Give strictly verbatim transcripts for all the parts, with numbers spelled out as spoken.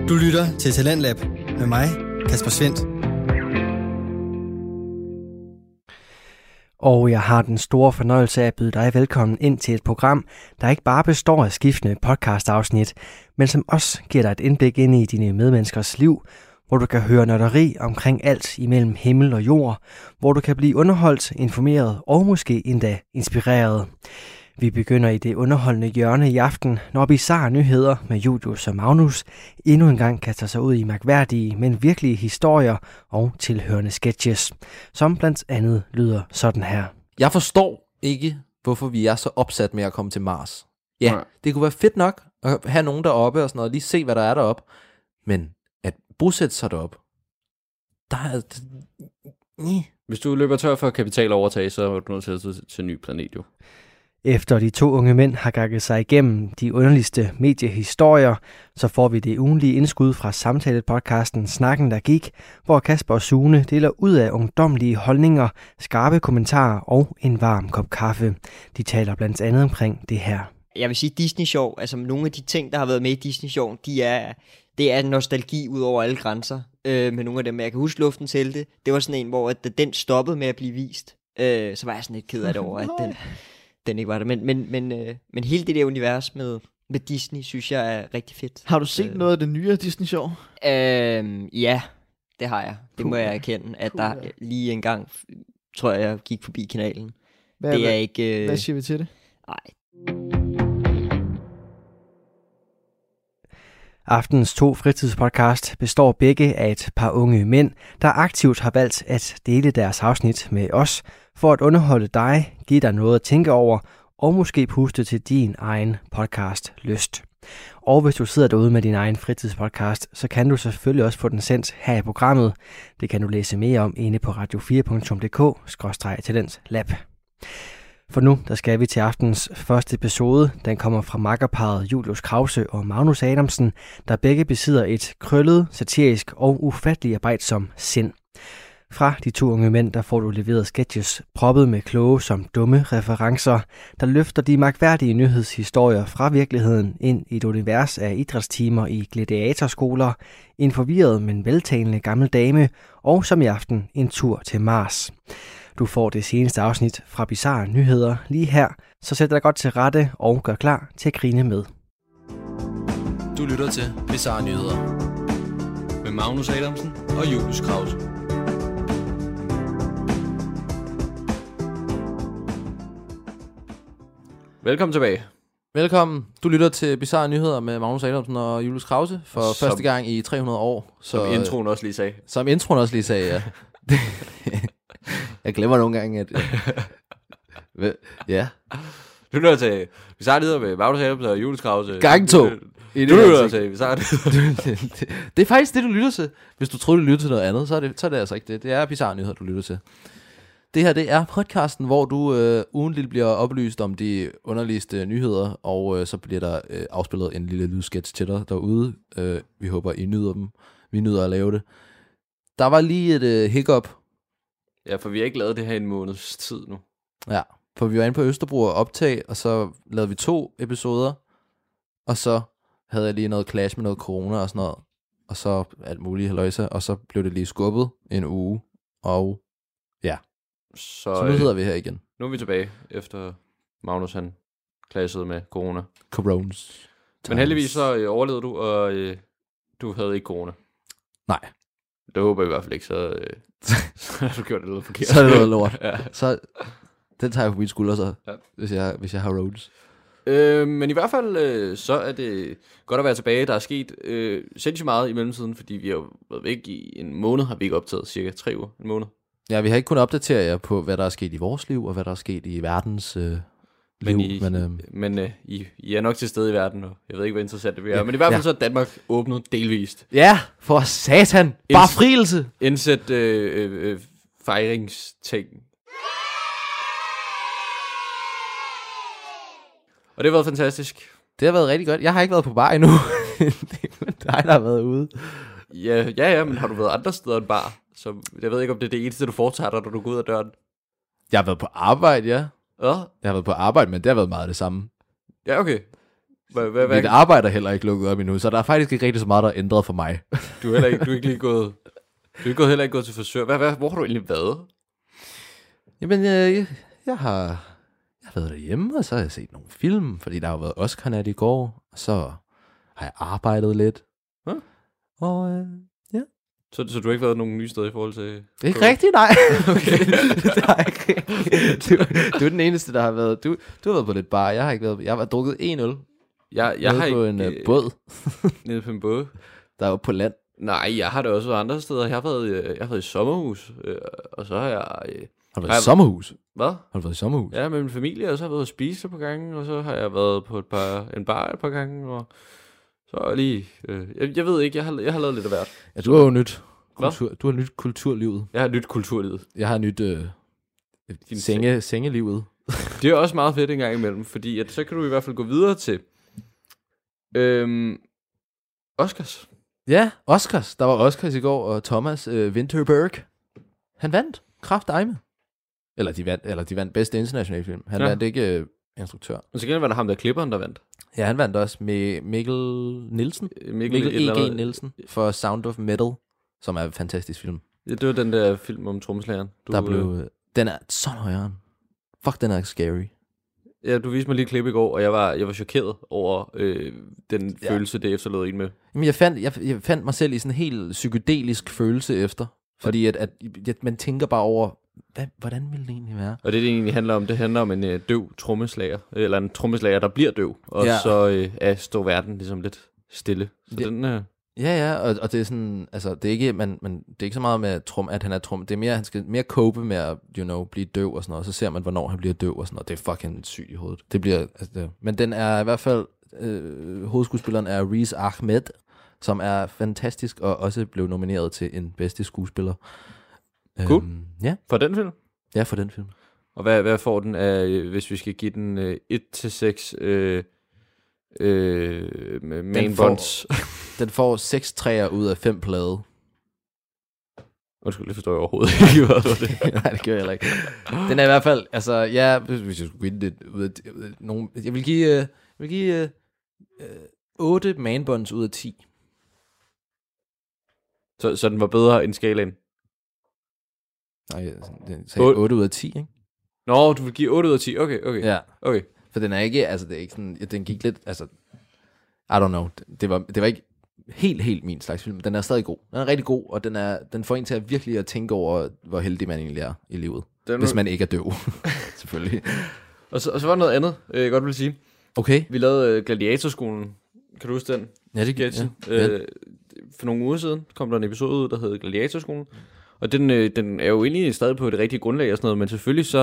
Du lytter til Talentlab med mig, Kasper Svendt. Og jeg har den store fornøjelse af at byde dig velkommen ind til et program, der ikke bare består af skiftende podcast-afsnit, men som også giver dig et indblik ind i dine medmenneskers liv, hvor du kan høre nørderi omkring alt imellem himmel og jord, hvor du kan blive underholdt, informeret og måske endda inspireret. Vi begynder i det underholdende hjørne i aften, når bizarre nyheder med Julius og Magnus endnu en gang kaster sig ud i mærkværdige, men virkelige historier og tilhørende sketches, som blandt andet lyder sådan her. Jeg forstår ikke, hvorfor vi er så opsat med at komme til Mars. Ja, Nej. det kunne være fedt nok at have nogen deroppe og sådan noget, lige se, hvad der er deroppe. Men at bosætte sig deroppe, der er... Hvis du løber tør for kapital overtage, så er du nødt til at til, til en ny planet, jo. Efter de to unge mænd har gakket sig igennem de underligste mediehistorier, så får vi det ugenlige indskud fra samtalepodcasten Snakken, der gik, hvor Kasper og Sune deler ud af ungdomlige holdninger, skarpe kommentarer og en varm kop kaffe. De taler blandt andet omkring det her. Jeg vil sige Disney Sjov, altså nogle af de ting, der har været med i Disney Sjov, de er, det er nostalgi ud over alle grænser øh, med nogle af dem. Jeg kan huske Luftens Helte. Det var sådan en, hvor at den stoppede med at blive vist. Øh, så var jeg sådan lidt ked af det over, at den... den ikke var der. Men, men, men, øh, men hele det der univers med, med Disney, synes jeg er rigtig fedt. Har du set øh, noget af det nye Disney Show? Øh, ja, det har jeg. Det Cool. må jeg erkende, at Cool, der ja. lige en gang, tror jeg, jeg gik forbi kanalen. Hvad, det er hvad, ikke... Øh, hvad siger vi til det? Nej. Aftens to fritidspodcast består begge af et par unge mænd, der aktivt har valgt at dele deres afsnit med os, for at underholde dig, give dig noget at tænke over, og måske puste til din egen podcast-lyst. Og hvis du sidder derude med din egen fritidspodcast, så kan du selvfølgelig også få den sendt her i programmet. Det kan du læse mere om inde på radio fire punktum d k skråstreg talentlab. For nu, der skal vi til aftens første episode. Den kommer fra makkerparret Julius Krause og Magnus Adamsen, der begge besidder et krøllet, satirisk og ufattelig arbejdsom sind. Fra de to unge mænd, der får du leveret sketches, proppet med kloge som dumme referencer, der løfter de mærkværdige nyhedshistorier fra virkeligheden ind i et univers af idrætstimer i gladiatorskoler, en forvirret, men veltalende gammel dame, og som i aften en tur til Mars. Du får det seneste afsnit fra Bizarre Nyheder lige her, så sæt dig godt til rette og gør klar til at grine med. Du lytter til Bizarre Nyheder med Magnus Adamsen og Julius Krause. Velkommen tilbage. Velkommen. Du lytter til Bizarre Nyheder med Magnus Adamsen og Julius Krause for Som- første gang i tre hundrede år. Så, Som introen også lige sagde. Som introen også lige sagde, ja. Jeg glemmer nogle gange, at... Hvad? Ja. Du lytter til Bizarre Nyheder med Magnus Adamsen og Julius Krause. Gang to. Du lytter til Bizarre Nyheder. Det er faktisk det, du lytter til. Hvis du troede, du lytter til noget andet, så er det, så er det altså ikke det. Det er Bizarre Nyheder, du lytter til. Det her, det er podcasten, hvor du øh, ugentligt bliver oplyst om de underligste nyheder, og øh, så bliver der øh, afspillet en lille lydsketch til dig derude. Øh, vi håber, I nyder dem. Vi nyder at lave det. Der var lige et øh, hiccup. Ja, for vi har ikke lavet det her i en måneds tid nu. Ja, for vi var inde på Østerbro og optag, og så lavede vi to episoder, og så havde jeg lige noget clash med noget corona og sådan noget, og så alt muligt halløjse, og så blev det lige skubbet en uge, og ja, Så, så nu sidder vi her igen. nu er vi tilbage, efter Magnus han klassede med corona. Coronas. Men heldigvis så øh, overlevede du, og øh, du havde ikke corona. Nej. Det håber jeg i hvert fald ikke, så, øh, så har du gjort det noget forkert. Så er det noget lort. Ja. Så den tager jeg på mine skuldre så, Ja. hvis, jeg, hvis jeg har roads. Øh, men i hvert fald, øh, så er det godt at være tilbage. Der er sket øh, sindssygt meget i mellemtiden, fordi vi har jo været væk i en måned, har vi ikke optaget, cirka tre uger, en måned. Ja, vi har ikke kunnet opdatere jer på, hvad der er sket i vores liv, og hvad der er sket i verdens øh, Men, liv. I, Men, øh, men øh, I, I er nok til stede i verden, og jeg ved ikke, hvor interessant det bliver. Ja, men i hvert fald ja. så er Danmark åbnet delvist. ja, for satan. Bare frielse. Indsæt øh, øh, øh, fejringsting. Og det har været fantastisk. Det har været rigtig godt. Jeg har ikke været på bar endnu. Det er kun dig, der har været ude. Ja, ja, ja, men har du været andre steder end bar? Så jeg ved ikke, om det er det eneste, du foretager dig, når du går ud af døren. Jeg har været på arbejde, ja. Ja, Jeg har været på arbejde, men det har været meget det samme. ja okay. Hvad, hvad, hvad? Mit arbejde er heller ikke lukket op endnu, så der er faktisk ikke rigtig så meget, der er ændret for mig. Du er heller ikke, du er ikke lige gået... Du er ikke gået, heller ikke gået til frisør. Hvad, hvad, hvor har du egentlig været? Jamen, jeg, jeg, jeg har... Jeg har været derhjemme, og så har jeg set nogle film, fordi der har jo været Oscar-nat i går, og så har jeg arbejdet lidt. Huh? Og øh, Så, så du har ikke været nogen nye steder i forhold til... det er ikke rigtigt, nej. Okay. Det er ikke rigtigt. Du, du er den eneste, der har været... Du, du har været på lidt bar, jeg har ikke været... Jeg har drukket en øl. Jeg, jeg har på ikke... en øh, båd, Nede på en båd? der er jo på land. Nej, jeg har det også været andre steder. Jeg har været, øh, jeg har været i sommerhus, øh, og så har jeg... Øh, Har du været Ej, i sommerhus? hvad? Har du været i sommerhus? Ja, med min familie, og så har jeg været at spise et par gange, og så har jeg været på et par, en bar et par gange, og så er jeg lige... Øh, jeg, jeg ved ikke, jeg har, jeg har lavet lidt af hvert. Ja, du har jo nyt kultur, du har nyt kulturlivet. Jeg har nyt kulturlivet. Jeg har nyt øh, Din senge, sengelivet. Det er også meget fedt en gang imellem, fordi at, så kan du i hvert fald gå videre til... Øhm, Oscars. Ja, Oscars. Der var Oscars i går, og Thomas øh, Vinterberg, han vandt. Kraftedeme. Eller de vandt, eller de vandt bedste internationale film. Han Ja. vandt ikke øh, instruktør. Og så kan det være ham der klipperen, der vandt. Ja, han vandt også med Mikkel Nielsen. Mikkel, Mikkel et eller E G andet- Nielsen for Sound of Metal, som er en fantastisk film. Ja, det var den der film om trommeslageren. Du, Der blev, øh, den er så højere. Fuck, den er scary. Ja, du viste mig lige et klip i går, og jeg var, jeg var chokeret over øh, den Ja. følelse, det efterlod en med. Jamen, jeg fandt, jeg, jeg fandt mig selv i sådan en helt psykedelisk følelse efter. Fordi at, at, at man tænker bare over, hvad, hvordan ville det egentlig være? Og det, det egentlig handler om, det handler om en øh, døv trommeslager, eller en trommeslager, der bliver døv, og Ja. ja. så øh, er står verden ligesom lidt stille. Så Ja. den... Øh, Ja, ja, og, og det er sådan, altså, det er ikke, man, man, det er ikke så meget med trum, at han er trum, det er mere, han skal mere cope med at, you know, blive døv og sådan noget, og så ser man, hvornår han bliver døv og sådan noget, det er fucking sygt i hovedet. Det bliver, altså, det, men den er i hvert fald, øh, hovedskuespilleren er Riz Ahmed, som er fantastisk, og også blev nomineret til en bedste skuespiller. Cool. Øhm, ja, for den film. ja, for den film. Og hvad, hvad får den af, øh, hvis vi skal give den øh, et til seks øh, øh, med main får- bonds? Den får seks træer ud af fem plade. Undskyld, det forstår jeg overhovedet ikke, hvad det var det. Nej, det gør jeg heller ikke. Den er i hvert fald, altså, ja, hvis hvis jeg skulle give det ud af, ud af nogen, jeg vil give, øh, jeg vil give øh, øh, otte manbonds ud af ti. Så, så den var bedre end skalaen. Nej, jeg den sagde Otte. otte ud af ti, ikke? Nå, du vil give otte ud af ti. Okay, okay. Ja, Okay. for den er ikke, altså, det er ikke sådan, ja, den gik lidt, altså, I don't know, det var, det var ikke helt, helt min slags film, men den er stadig god. Den er rigtig god, og den, er, den får en til at virkelig at tænke over, hvor heldig man egentlig er i livet. Den, Hvis man ikke er døv, selvfølgelig. og, så, og så var der noget andet, øh, jeg godt vil sige. Okay. Vi lavede øh, Gladiatorskolen. Kan du huske den? Ja, det Sketch. ja. Ja. Øh, for nogle uger siden kom der en episode ud, der hed Gladiatorskolen. Og den, øh, den er jo egentlig stadig på det rigtige grundlag og sådan noget, men selvfølgelig så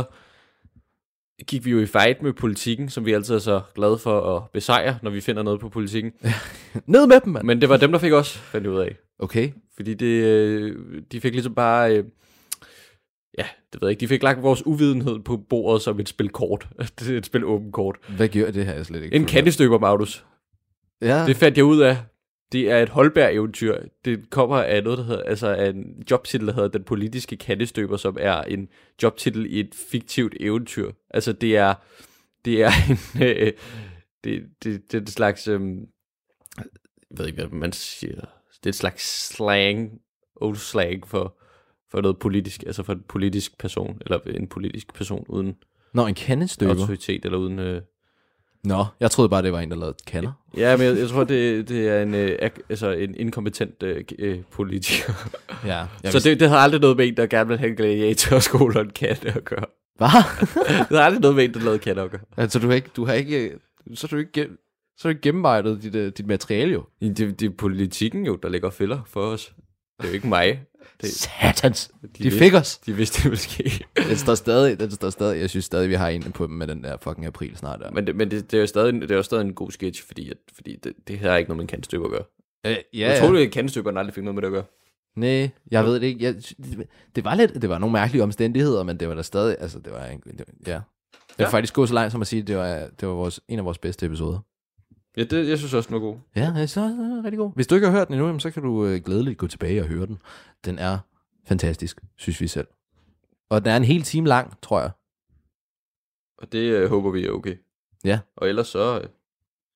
gik vi jo i fight med politikken, som vi altid er så glade for at besejre, når vi finder noget på politikken. Ned med dem, mand. Men det var dem, der fik os, fandt jeg ud af. Okay. Fordi det, øh, de fik ligesom bare, øh, ja, det ved jeg ikke, de fik lagt vores uvidenhed på bordet som et spil kort. Det er et spil åbent kort. Hvad gør det her, jeg slet ikke? En kandestøber, Magnus. Ja. Det fandt jeg ud af. Det er et Holberg-eventyr. Det kommer af noget, der hedder, altså af en jobtitel, der hedder Den politiske kandestøber, som er en jobtitel i et fiktivt eventyr. Altså det er, det er en, øh, det, det, det er et slags, øh, jeg ved ikke, hvad man siger, det er et slags slang, old slang for, for noget politisk, altså for en politisk person, eller en politisk person uden Nå, en kandestøber. autoritet, eller uden... Øh, Nå, jeg troede bare, det var en, der lavede kander. Ja, men jeg, jeg tror, det, det er en, øh, ak- altså en inkompetent øh, øh, politiker. Ja. Jeg Så det, det har aldrig noget med en, der gerne vil have en gladiatorskole og en katte at gøre. Hvad? Det har aldrig noget med en, der lavede katte at gøre. Altså, du har ikke, du har ikke, så har du ikke, gem- så har du ikke gennemarbejdet dit, uh, dit materiale, jo. Det, det er politikken jo, der lægger fælder for os. Det er jo ikke mig. Det, Satans. de, De vidste, fik os. de vidste, det ville ske. Den står stadig, den står stadig, jeg synes stadig, vi har en på dem med den der fucking april snart. Der. Men, det, men det, det, er jo stadig, det er jo stadig en god sketch, fordi, at, fordi det, det her er ikke noget med en kandestøber at gøre. Øh, ja, Jeg tror, at kandestøberen aldrig fik noget med det at gøre. Nej, jeg ved det ikke. Jeg, det var lidt, det var nogle mærkelige omstændigheder, men det var der stadig, altså det var, en, det, ja. Jeg vil Ja. faktisk gå så langt som at sige, at det var, det var vores, en af vores bedste episoder. Ja, det, jeg synes også, den var god. Ja, jeg synes også, den er rigtig god. Hvis du ikke har hørt den endnu, jamen, så kan du øh, glædeligt gå tilbage og høre den. Den er fantastisk, synes vi selv. Og den er en hel time lang, tror jeg. Og det øh, håber vi er okay. Ja. Og ellers så... Øh,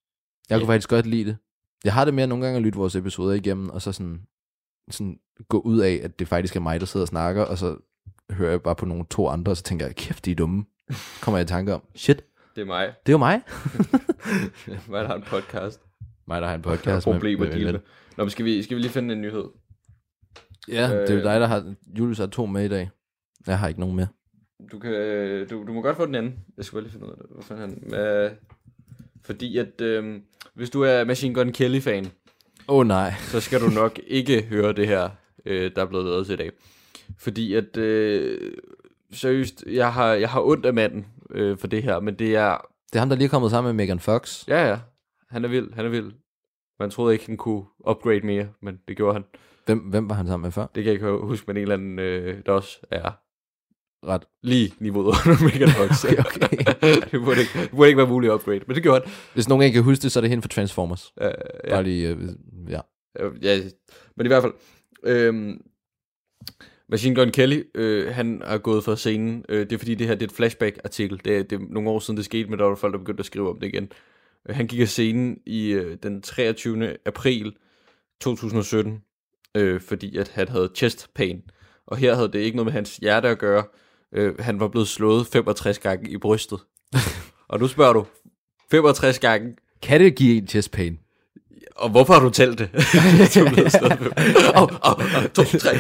Jeg kunne faktisk godt lide det. Jeg har det med nogle gange at lytte vores episoder igennem, og så sådan, sådan gå ud af, at det faktisk er mig, der sidder og snakker, og så hører jeg bare på nogle to andre, og så tænker jeg, kæft, de er dumme. Kommer jeg i tanke om, shit, Det er mig. det er jo mig. Mig, der har en podcast. Mig, der har en podcast. Problemer med, at deale med. Nå, men skal vi, skal vi lige finde en nyhed? Ja, det er jo dig, der har... Julius har to med i dag. Jeg har ikke nogen med. Du, kan, du, du må godt få den anden. Jeg skal bare lige finde ud af det. Hvor fanden han? Uh, fordi at... Øh, hvis du er Machine Gun Kelly-fan, Åh oh, nej. så skal du nok ikke høre det her, øh, der er blevet lavet til i dag. Fordi at... Øh, seriøst, jeg har, jeg har ondt af manden øh, for det her, men det er... Det er ham, der lige er kommet sammen med Megan Fox. Ja, ja. Han er vild, han er vild. Man troede ikke, han kunne upgrade mere, men det gjorde han. Hvem, hvem var han sammen med før? Det kan jeg ikke huske, men en eller anden, øh, der også er Ret. lige niveauet under Megan Fox. Okay, okay. det, burde ikke, det burde ikke være muligt at upgrade, men det gjorde han. Hvis nogen ikke kan huske det, så er det hende for Transformers. Uh, ja. Bare lige, uh, ja. Uh, ja. Men i hvert fald, øh, Machine Gun Kelly, øh, han er gået fra scenen. Øh, det er fordi, det her det er et flashback-artikel. Det er, det er nogle år siden, det skete, men der var folk, der begyndte at skrive om det igen. Øh, han gik af scenen i øh, den treogtyvende april to tusind og sytten, øh, fordi at han havde chest pain. Og her havde det ikke noget med hans hjerte at gøre. Øh, han var blevet slået femogtres gange i brystet. Og nu spørger du, femogtres gange. Kan det give en chest pain? Og hvorfor har du talt det? Åh, åh, to, tre.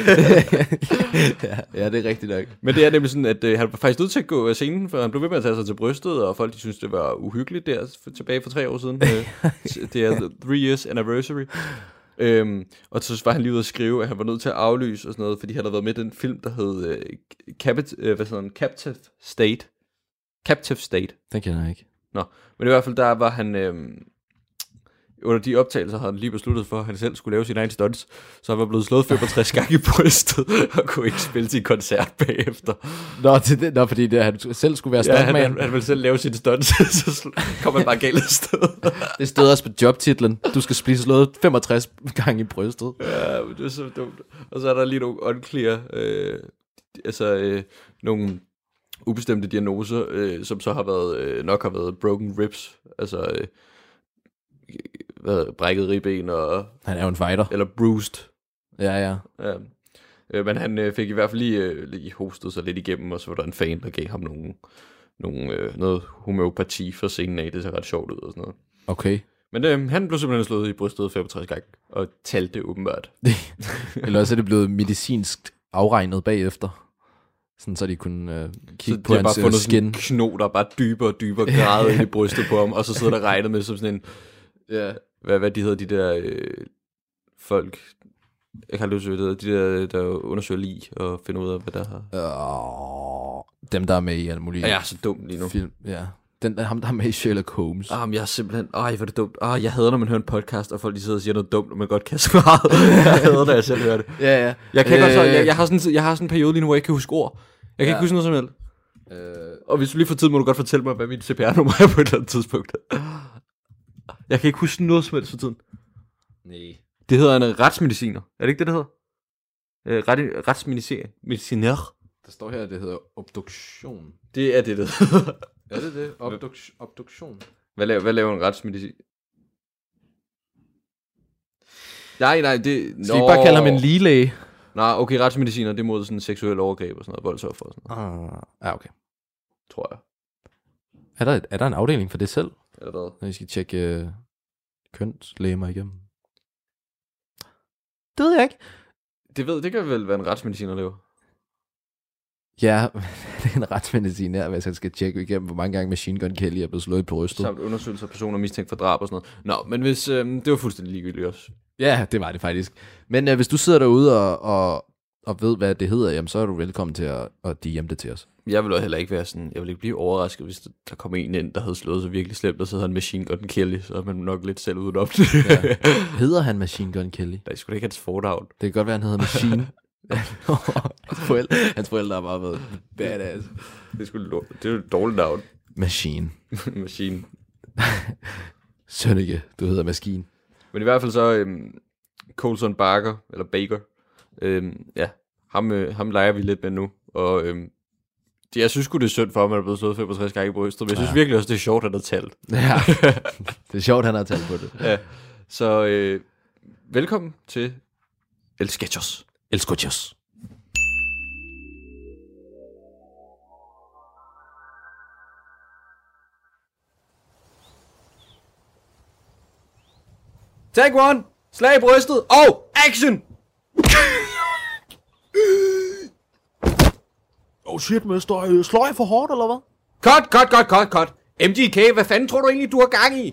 ja, ja, det er rigtigt nok. Men det er nemlig sådan, at øh, han var faktisk nødt til at gå af scenen, for han blev ved med at tage sig til brystet, og folk de synes det var uhyggeligt der, for, tilbage for tre år siden. øh, det er the three years anniversary. Øhm, og så var han lige ude at skrive, at han var nødt til at aflyse og sådan noget, fordi han havde været med i den film, der hed øh, Capit, øh, hvad sådan, Captive State. Captive State. Den kender jeg ikke. Nå, men i hvert fald der var han... Øh, under de optagelser havde han lige besluttet for, at han selv skulle lave sin egen stunts. Så han var blevet slået femogtres gange i brystet, og kunne ikke spille sin koncert bagefter. Nå, til det, nå fordi det, han selv skulle være Ja, han, stuntman. han, han ville selv lave sin stunts, så kom han bare galt af sted. Det stod også på jobtitlen. Du skal blive slået femogtres gange i brystet. Ja, men det er så dumt. Og så er der lige nogle unclear, øh, altså øh, nogle ubestemte diagnoser, øh, som så har været, øh, nok har været broken ribs, altså... Øh, hvad, brækket ribben og... Han er jo en fighter. Eller bruised. Ja, ja. Ja. Øh, men han øh, fik i hvert fald lige, øh, lige hostet sig lidt igennem, og så var der en fan, der gav ham nogle, nogle, øh, noget homøopati for scenen af. Det ser ret sjovt ud og sådan noget. Okay. Men øh, han blev simpelthen slået i brystet femogtres gange, og talte det åbenbart. Eller også er det blevet medicinsk afregnet bagefter. Sådan så de kunne øh, kigge så på de hans bare fundet skin. en kno, der er bare dybere og dybere gradet ind i brystet på ham, og så sidder der regnet med som sådan en... Ja, hvad, hvad de hedder, de der øh, folk... Jeg kan aldrig huske, de der, der undersøger lig og finder ud af, hvad der har... Uh, dem, der er med i alle mulige... Ja, jeg er så dum lige nu. Film, ja. Den, der, ham, der er med i Sherlock Holmes. Ah, men jeg er simpelthen... Ej, hvor er det dumt. Ah, jeg hader, når man hører en podcast, og folk de sidder og siger noget dumt, og man godt kan svare. Jeg hader, når jeg selv hører det. Ja, ja. Jeg kan øh... godt så, jeg, Øh. jeg, har sådan, jeg har sådan en periode lige nu, hvor jeg ikke kan huske ord. Jeg kan Ja. ikke huske noget som helst. Øh, Og hvis du lige får tid, må du godt fortælle mig, hvad min C P R-nummer er på et eller andet tidspunkt. Jeg kan ikke huske noget som helst for tiden. nej. Det hedder en retsmediciner. Er det ikke det, det hedder? Øh, ret, retsmediciner. Der står her, at det hedder obduktion. Det er det, det hedder. Er det det? Obduk- obduktion? Hvad laver, hvad laver en retsmedicin? Nej, nej, det... Skal vi ikke bare kalde ham en ligelæge? Nej, okay, retsmediciner, det er mod sådan seksuelle overgreb og sådan noget, voldsoffer og sådan noget, Ah, ja, okay. tror jeg. Er der, er der en afdeling for det selv? Eller hvad? Når vi skal tjekke øh, kønslægemer igennem? Det ved jeg ikke. Det ved, det kan vel være en retsmediciner laver. Ja, det er en retsmedicin her, hvis han skal tjekke igennem, hvor mange gange Machine Gun Kelly er blevet slået i brystet. Samt undersøgelser af personer mistænkt for drab og sådan noget. Nå, men hvis, øh, det var fuldstændig ligegyldigt også. Ja, det var det faktisk. Men øh, hvis du sidder derude og, og, og ved, hvad det hedder, jamen, så er du velkommen til at, at D M det til os. Jeg ville heller ikke være sådan, jeg ville ikke blive overrasket, hvis der kom en ind, der havde slået sig virkelig slemt, og så havde han Machine Gun Kelly, så er man nok lidt selv udenom det. Ja. Hedder han Machine Gun Kelly? Der er sgu da ikke hans fornavn. Det kan godt være, han hedder Machine. hans, forældre, hans forældre har bare været badass. Det er sgu lo- det er jo et dårligt navn. Machine. Machine. Sønneke, du hedder Maskine. Men i hvert fald så, øhm, Colson Barker, eller Baker, øhm, ja, ham, øh, ham leger vi lidt med nu, og øhm, Jeg synes sgu, det er synd for, at man er blevet slået femogtres gange i brystet, men jeg synes ja. virkelig også, det er sjovt, at han har talt. Ja, det er sjovt, han har talt på det. Ja. Så øh, velkommen til El Sketchers. El Sketchers. Take one, slag i brystet, og action! Oh shit, mister. Slår jeg for hårdt, eller hvad? Cut, cut, cut, cut, cut. M G K, hvad fanden tror du egentlig, du har gang i?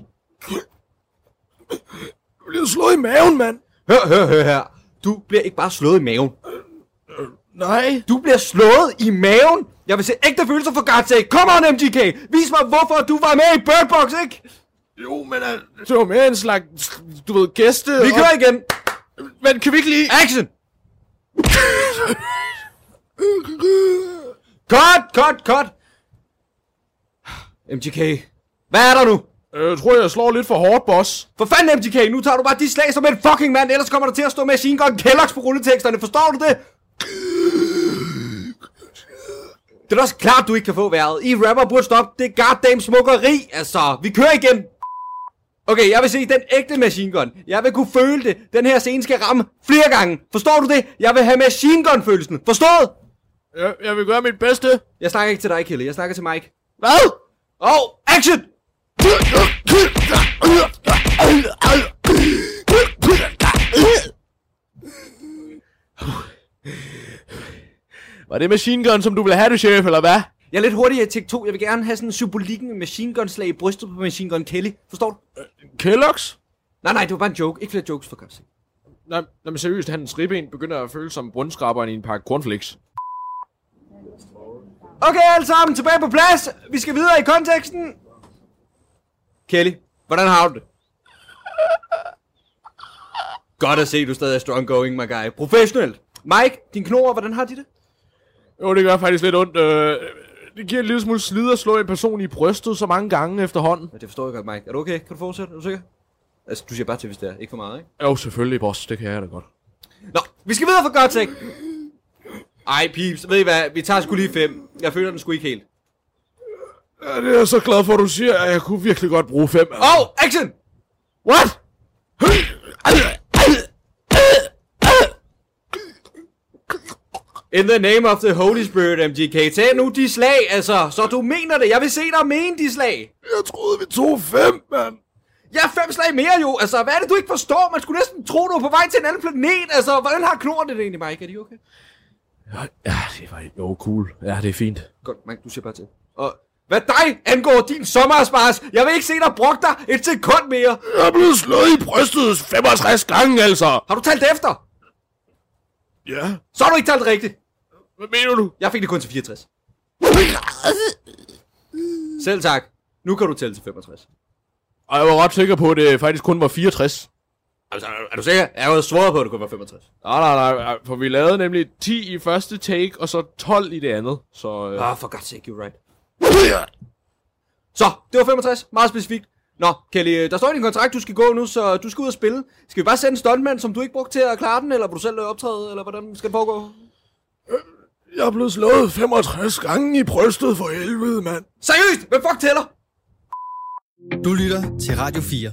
Jeg bliver slået i maven, mand. Hør, hør, hør her. Du bliver ikke bare slået i maven. Nej. Du bliver slået i maven. Jeg vil se ægte følelser for God's sake. Come on, M G K. Vis mig, hvorfor du var med i Bird Box, ikke? Jo, men uh, det var mere en slags, du ved, gæste. Vi kører og... igen. Men kan vi ikke lige... Action! Cut, cut, cut. M G K, hvad er der nu? Jeg tror, jeg slår lidt for hårdt, boss. For fanden, M G K, nu tager du bare de slag som en fucking mand, ellers kommer der til at stå Machine Gun Kellogg's på rulleteksterne, forstår du det? Det er da også klart, du ikke kan få vejret. I rapper burde stoppe det goddamn smukkeri, altså. Vi kører igen. Okay, jeg vil se den ægte Machine Gun. Jeg vil kunne føle det. Den her scene skal ramme flere gange. Forstår du det? Jeg vil have Machine Gun-følelsen. Forstået? Jeg, jeg vil gøre mit bedste. Jeg snakker ikke til dig, Kille. Jeg snakker til Mike. Hvad? Oh, action! Var det Machine Gun, som du ville have det, chef, eller hvad? Jeg er lidt hurtigere i take to. Jeg vil gerne have sådan en symbolikken med Machine Gun slag i brystet på Machine Gun Kelly. Forstår du? Kellogg's? Nej, nej, det var bare en joke. Ikke flere jokes for God's sake. Nej, nej, men seriøst, hans ribben begynder at føle som bundskraberen i en pakke cornflakes. Okay, alle sammen, tilbage på plads. Vi skal videre i konteksten. Kelly, hvordan har du det? Godt at se, du stadig er strong going, my guy. Professionelt. Mike, din knor, hvordan har de det? Jo, det gør faktisk lidt ondt. Øh, det giver en lille smule slid at slå en person i brystet så mange gange efterhånden. Ja, det forstår jeg godt, Mike. Er du okay? Kan du fortsætte? Er du sikker? Altså, du siger bare til, hvis det er. Ikke for meget, ikke? Jo, selvfølgelig, boss. Det kan jeg da godt. Nå, vi skal videre for God's sake. Ej, peeps. Ved I hvad? Vi tager sgu lige fem. Jeg føler den sgu ikke helt. Ja, det er jeg så glad for, at du siger, at jeg kunne virkelig godt bruge fem. Oh, action! What? In the name of the Holy Spirit, M G K. Tag nu de slag, altså. Så du mener det. Jeg vil se dig mene de slag. Jeg troede, vi tog fem, mand. Ja, fem slag mere jo. Altså, hvad er det, du ikke forstår? Man skulle næsten tro, du er på vej til en anden planet. Altså, hvordan har knoren det egentlig, Mike? Er de okay? Ja, ja, det var jo cool. Ja, det er fint. Godt, Mike, du siger bare til. Og hvad dig angår din sommerspars, jeg vil ikke se dig brugt dig et sekund mere. Jeg er blevet slået i brystet femogtres gange, altså. Har du talt efter? Ja. Så har du ikke talt rigtigt. Hvad mener du? Jeg fik det kun til fireogtres. Selv tak. Nu kan du tælle til femogtres. Og jeg var ret sikker på, at det faktisk kun var fireogtres. Altså, er du sikker? Jeg var svoret på, at det kun var femogtres. Nej, nej, nej, for vi lavede nemlig ti i første take, og så tolv i det andet, så... Øh... Ah, for God's sake, you're right. Så, det var femogtres, meget specifikt. Nå, Kelly, der står i din kontrakt, du skal gå nu, så du skal ud og spille. Skal vi bare sende en stuntmand, som du ikke brugte til at klare den, eller vil du selv optræde, eller hvordan skal det foregå? Jeg er blevet slået femogtres gange i brystet for helvede, mand. Seriøst? Hvem fuck tæller? Du lytter til Radio fire.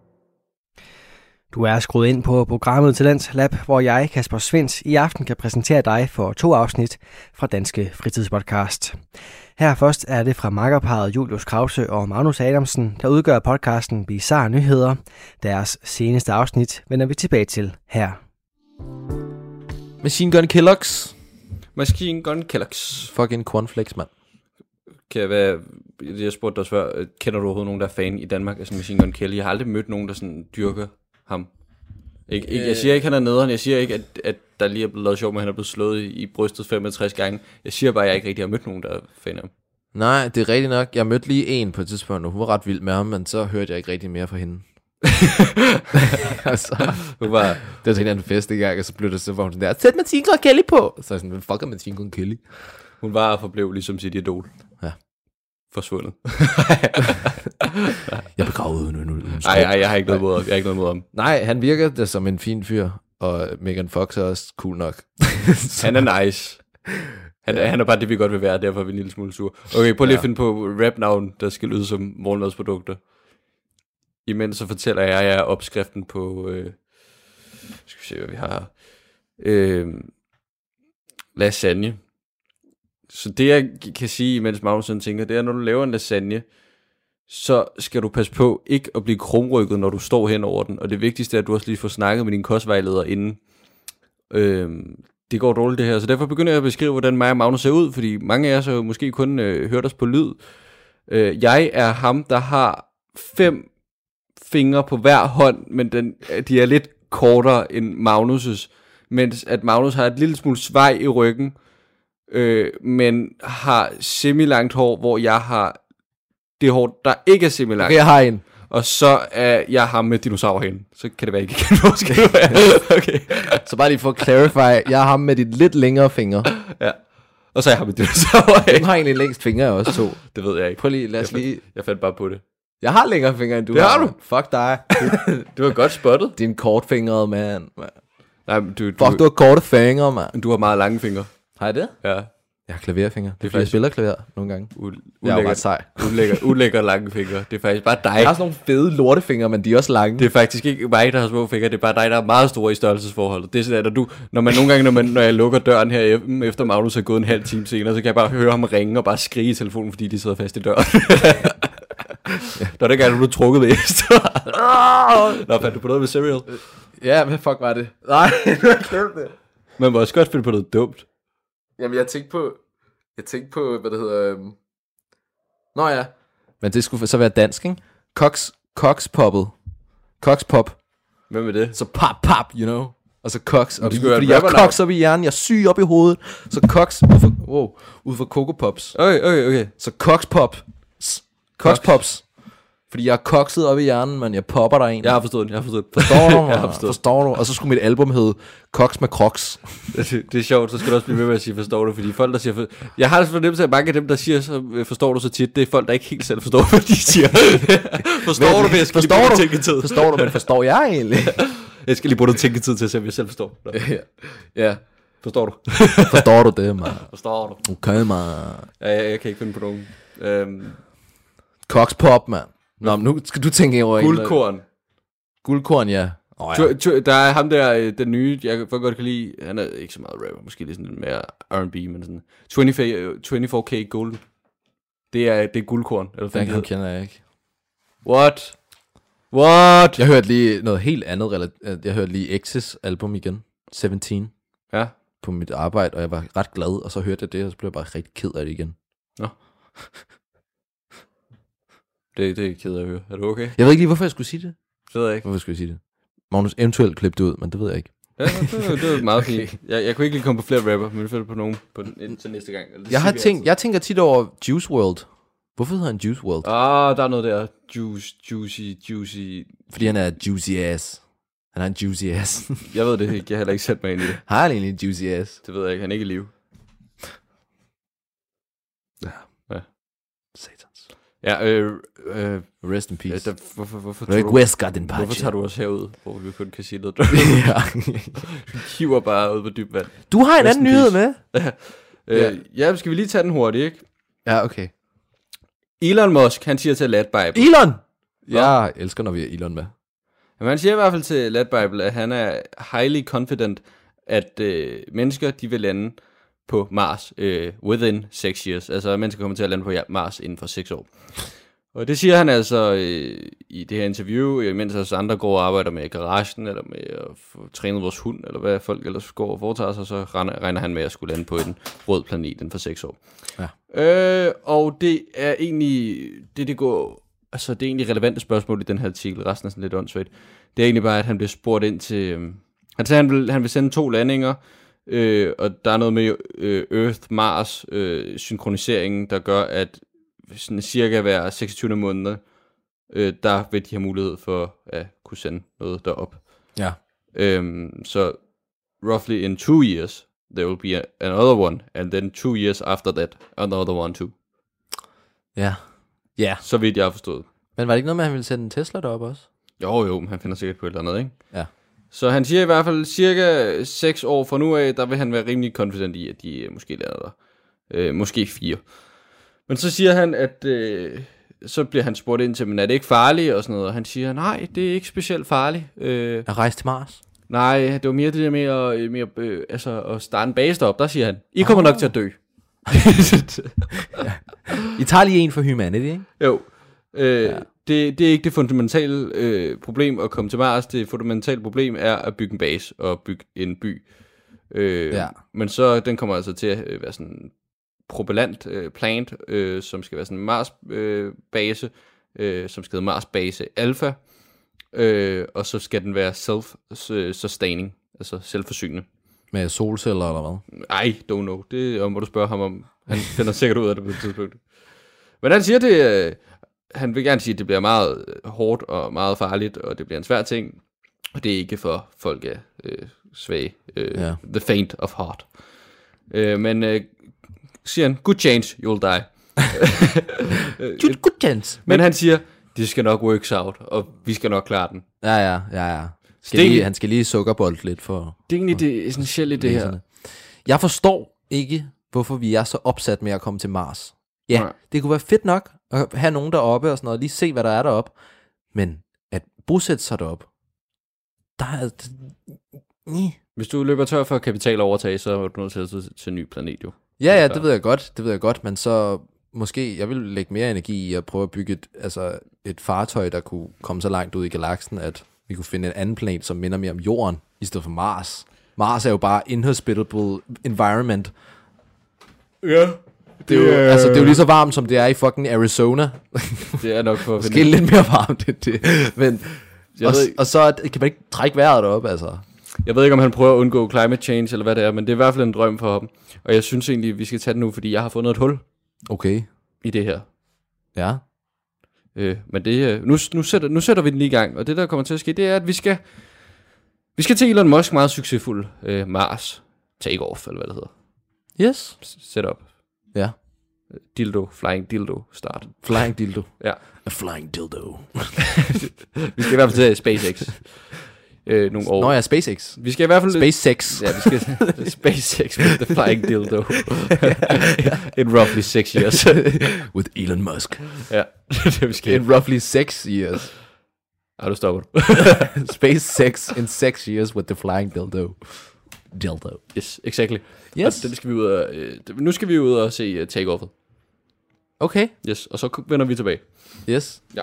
Du er skruet ind på programmet Talent Lab, hvor jeg, Kasper Svendt, i aften kan præsentere dig for to afsnit fra Danske Fritidspodcast. Her først er det fra makkerparret Julius Krause og Magnus Adamsen, der udgør podcasten Bizarre Nyheder. Deres seneste afsnit vender vi tilbage til her. Machine Gun Kellogg's. Machine Gun Kellogg's. Fucking cornflakes, mand. Kan jeg være... Jeg spurgte dig før, kender du overhovedet nogen, der er fan i Danmark af sådan Machine Gun Kelly? Jeg har aldrig mødt nogen, der sådan dyrker ham. Ikke, ikke, jeg siger ikke, han er nederen. Jeg siger ikke, at, at der lige er blevet lavet sjov med, at han er blevet slået i, i brystet femogtres gange. Jeg siger bare, at jeg ikke rigtig har mødt nogen, der er fan af ham. Nej, det er rigtigt nok. Jeg mødte lige en på et tidspunkt, og hun var ret vild med ham, men så hørte jeg ikke rigtig mere fra hende. altså, hun var, det var til en anden fest i gang, og så blev det så, hvor hun sådan der, sæt Machine Gun Kelly på! Så jeg sådan, hvad fuck er Machine Gun Kelly? Hun var og forblev ligesom sit idol. Ja. Forsvundet. Jeg begravede nu. Nej, nej, jeg har ikke noget mod ham. Jeg har ikke noget mod ham. Nej, han virker da som en fin fyr, og Megan Fox er også cool nok. Han er nice. Han, ja. han er bare det, vi godt vil være, derfor er vi en lille smule sur. Okay, prøv lige ja. at finde på rap-navn, der skal lyde som morgenmadsprodukter. Imens så fortæller jeg jer opskriften på, øh, skal vi se, hvad vi har, øh, lasagne. Så det, jeg kan sige, imens Magnussen tænker, det er, når du laver en lasagne, så skal du passe på ikke at blive krumrykket, når du står hen over den. Og det vigtigste er, at du også lige får snakket med din kostvejleder inden. Øh, det går dårligt det her, så derfor begynder jeg at beskrive, hvordan mig og Magnus ser ud, fordi mange af jer så måske kun øh, hørt os på lyd. Øh, jeg er ham, der har fem fingre på hver hånd, men den, de er lidt kortere end Magnus', mens at Magnus har et lille smule svej i ryggen, øh, men har semi-langt hår, hvor jeg har det hår, der ikke er semi-langt. Okay, jeg har en. Og så er jeg ham med dinosaurhænden. Så kan det være, ikke kan måske. Okay. Så bare lige for at clarify, jeg har ham med de lidt længere fingre. Ja. Og så er jeg ham med dinosaurhænden. Hvem har egentlig længst fingre, jeg også to? Det ved jeg ikke. Prøv lige, lad os jeg lige... Fandt, jeg fandt bare på det. Jeg har længere fingre, end du det har. har du. Fuck dig. Du var godt spottet. Din kortfingrede, mand. Nej, men du, Fuck, du, du har korte fingre, mand. Du har meget lange fingre. Har jeg det? Ja. Jeg har klaverfingre. Det er faktisk... fordi, jeg spiller klaver nogle gange. U- jeg er jo ret sej. Ulækker, ulækker lange fingre. Det er faktisk bare dig. Jeg har sådan nogle fede lortefingre, men de er også lange. Det er faktisk ikke mig, der har små fingre. Det er bare dig, der er meget store i størrelsesforholdet. Det er sådan, at når, du, når man nogle gange, når, man, når jeg lukker døren her efter Magnus har gået en halv time senere, så kan jeg bare høre ham ringe og bare skrige i telefonen, fordi de sidder fast i døren. Ja. Der er det gerne, du trukket ved efter. Nå, fandt du på noget med Serial? Ja, hvad fuck var det? Nej, nu har jeg glemt det. Man må også godt finde på noget dumt. Jamen, jeg tænkte på... Jeg tænkte på, hvad det hedder... Øhm... Nå ja. Men det skulle så være dansk, ikke? Cox, Cox poppet. Cox pop. Hvem er det? Så pop, pop, you know. Og så Cox. Og det fordi fordi jeg er Cox op i hjernen, jeg er syg op i hovedet. Så Cox ud for, wow, ud for Coco Pops. Okay, okay, okay. Så Cox pop. Cox Pops. Fordi jeg er kokset op i hjernen, men jeg popper der en. Jeg har forstået den, jeg har forstået den. Forstår du? Jeg har forstået. Forstår du? Og så skulle mit album hedde Cox med Crocs. Det, det er sjovt, så skal du også blive ved med at sige, forstår du? Fordi folk, der siger... For... Jeg har altså fornemmelse af, at mange af dem, der siger, så forstår du så tit, det er folk, der ikke helt selv forstår, hvad de siger. Forstår du, jeg skal forstår lige bruge du? tænketid. Forstår du, men forstår jeg egentlig? Jeg skal lige bruge noget tænketid til at se, om jeg selv forstår. Ja. Ja. Forstår du? Forstår du det, man? Forstår du? Okay, man. Ja, jeg, jeg kan ikke finde på nogen. Øhm... Cox pop, man. Nå, men nu skal du tænke over en. Guldkorn. Guldkorn, ja. Oh, ja. Tu, tu, der er ham der, den nye, jeg kan godt kan lide, han er ikke så meget rapper, måske lidt sådan mere R and B, men sådan tyve-fire K Gold. Det er, det er guldkorn. Eller den han kender jeg ikke. What? What? Jeg hørte lige noget helt andet. Jeg hørte lige X's album igen. sytten. Ja. På mit arbejde, og jeg var ret glad, og så hørte jeg det, og så blev jeg bare rigtig ked af det igen. Nå. Det, det er ked af at høre. Er du okay? Jeg ved ikke lige, hvorfor jeg skulle sige det. Det ved jeg ikke. Hvorfor skulle jeg sige det? Magnus, eventuelt klippe det ud, men det ved jeg ikke. Ja, det, det er meget fint. Okay. Jeg, jeg kunne ikke lige komme på flere rapper, men jeg føler på nogen på den, til næste gang. Jeg, har tænkt, jeg tænker tit over Juice world. Hvorfor hedder han Juice world? Ah, der er noget der. Juice, juicy, juicy. Fordi han er juicy ass. Han er en juicy ass. Jeg ved det ikke. Jeg har heller ikke sat mig ind i det. Har han egentlig en juicy ass? Det ved jeg ikke. Han er ikke i live. Ja. Ja. Satans. Ja, øh, øh, rest in peace. Ja, der, hvorfor, hvorfor, du, West Garden hvorfor tager du også herud, hvor vi kun kan sige noget? Ja. Du kiver bare ud på dyb vand. Du har en anden nyhed med. Ja. øh, ja. ja, skal vi lige tage den hurtigt, ikke? Ja, okay. Elon Musk, han siger til LatBible. Elon! Jeg elsker, når vi er Elon med. Jamen, han siger i hvert fald til LatBible, at han er highly confident, at øh, mennesker, de vil lande på Mars øh, within six years. Altså, at mennesker kommer til at lande på Mars inden for seks år. Og det siger han altså øh, i det her interview, imens os andre går og arbejder med garagen, eller med at få trænet vores hund, eller hvad folk ellers går og foretager sig, så regner, regner han med at skulle lande på en rød planet inden for seks år. Ja. Øh, og det er egentlig, det det går, altså det er egentlig relevante spørgsmål i den her artikel, resten er sådan lidt åndssvagt. Det er egentlig bare, at han bliver spurgt ind til, øh, han siger, han vil, han vil sende to landinger, øh, og der er noget med øh, Earth-Mars øh, synkroniseringen, der gør, at sådan cirka hver seksogtyvende måneder, øh, der vil de have mulighed for at kunne sende noget derop. Ja. Um, så roughly in two years, there will be a, another one, and then two years after that, another one too. Ja. Ja. Så vidt jeg har forstået. Men var det ikke noget med, at han ville sende en Tesla derop også? Jo, jo, men han finder sikkert på et eller andet, ikke? Ja. Så han siger i hvert fald, cirka seks år fra nu af, der vil han være rimelig confident i, at de måske lander der. Øh, måske fire. Men så siger han, at øh, så bliver han spurgt ind til, men er det ikke farligt og sådan noget? Og han siger, nej, det er ikke specielt farligt. Øh, At rejse til Mars? nej, det var mere det der med at, med at, øh, altså, at starte en base derop. Der siger han, I kommer oh. nok til at dø. ja. I tager lige en for humanity, ikke? Jo. Øh, ja. det, det er ikke det fundamentale øh, problem at komme til Mars. Det fundamentale problem er at bygge en base og bygge en by. Øh, ja. Men så den kommer altså til at være sådan propellant øh, plant, øh, som skal være sådan en Mars øh, base, øh, som skal hedde Mars base Alpha, øh, og så skal den være self-sustaining, altså selvforsynende. Med solceller eller hvad? Ej, don't know. Det må du spørge ham om. Han finder sikkert ud af det på et tidspunkt. Men han siger det, øh, han vil gerne sige, at det bliver meget hårdt og meget farligt, og det bliver en svær ting, og det er ikke for folk af øh, svage. Øh, ja. The faint of heart. Øh, men øh, siger han, good chance, you'll die. good, good chance. Men han siger, det skal nok works out, og vi skal nok klare den. Ja, ja, ja, ja. Skal lige, han skal lige sukkerbold lidt for... Det er egentlig det essentielle i det her. Jeg forstår ikke, hvorfor vi er så opsat med at komme til Mars. Ja, nej. Det kunne være fedt nok at have nogen deroppe og sådan noget, lige se, hvad der er deroppe. Men at bosætte sig deroppe, der er... Hvis du løber tør for kapital overtage, så er du nødt til at til, til en ny planet, jo. Ja, ja, det ved jeg godt, det ved jeg godt, men så måske, jeg vil lægge mere energi i at prøve at bygge et, altså et fartøj, der kunne komme så langt ud i galaksen, at vi kunne finde en anden planet, som minder mere om Jorden, i stedet for Mars. Mars er jo bare inhospitable environment. Ja. Det er, jo, yeah. altså, det er jo lige så varmt, som det er i fucking Arizona. Det er nok for at finde. Måske lidt mere varmt end det. Men, og, og så kan man ikke trække vejret op, altså. Jeg ved ikke, om han prøver at undgå climate change, eller hvad det er, men det er i hvert fald en drøm for ham. Og jeg synes egentlig, vi skal tage det nu, fordi jeg har fundet et hul. Okay. I det her. Ja. Øh, men det, nu, nu, sætter, nu sætter vi den lige i gang, og det, der kommer til at ske, det er, at vi skal, vi skal til Elon Musk meget succesfuld øh, Mars takeoff, eller hvad det hedder. Yes. Setup. Ja. Dildo, flying dildo, start. Flying dildo. Ja. A flying dildo. Vi skal i hvert fald til SpaceX. Øh, nogle år. Nå ja, SpaceX. Vi skal i hvert fald... SpaceX. Ja, vi skal... SpaceX with the flying dildo. In roughly six years. With Elon Musk. Ja, det vi skal. In roughly six years. Ja, du stopper. SpaceX in six years with the flying dildo. Dildo. Yes, exactly. Yes. Og det skal vi ud og, øh, nu skal vi ud og se uh, take-offet. Okay. Yes, og så vender vi tilbage. Yes. Ja.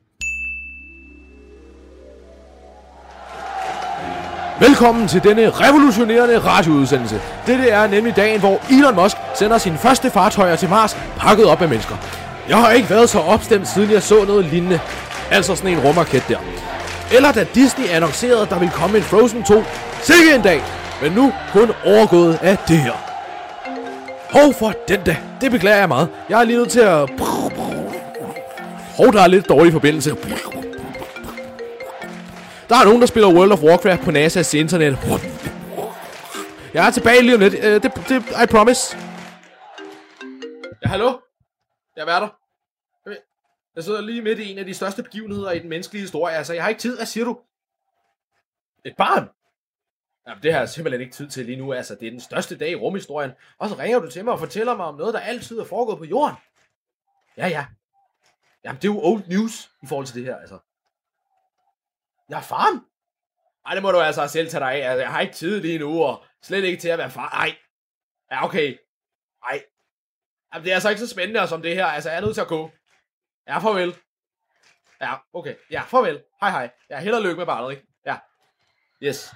Velkommen til denne revolutionerende radioudsendelse. Dette er nemlig dagen, hvor Elon Musk sender sine første fartøjer til Mars, pakket op af mennesker. Jeg har ikke været så opstemt, siden jeg så noget lignende. Altså sådan en rumraket der. Eller da Disney annoncerede, at der ville komme en Frozen to. Sikke en dag! Men nu kun overgået af det her. Hov for den da. Det beklager jeg meget. Jeg er lige nødt til at... Hov, der er lidt dårlig forbindelse. Der er nogen, der spiller World of Warcraft på NASA's internet. Jeg er tilbage lige om lidt. Uh, det, det, I promise. Ja, hallo? Jeg er der. Jeg sidder lige midt i en af de største begivenheder i den menneskelige historie. Altså, jeg har ikke tid. Hvad siger du? Et barn? Jamen, det har jeg simpelthen ikke tid til lige nu. Altså, det er den største dag i rumhistorien. Og så ringer du til mig og fortæller mig om noget, der altid er foregået på jorden. Ja, ja. Jamen, det er jo old news i forhold til det her, altså. Jeg er faren? Ej, det må du altså selv tage dig af. Altså, jeg har ikke tid lige nu, og slet ikke til at være far. Ej. Ja, okay. Ej. Jamen, det er altså ikke så spændende som det her. Altså, jeg er nødt til at gå. Ja, farvel. Ja, okay. Ja, farvel. Hej, hej. Ja, held og lykke med barnet, ikke? Ja. Yes.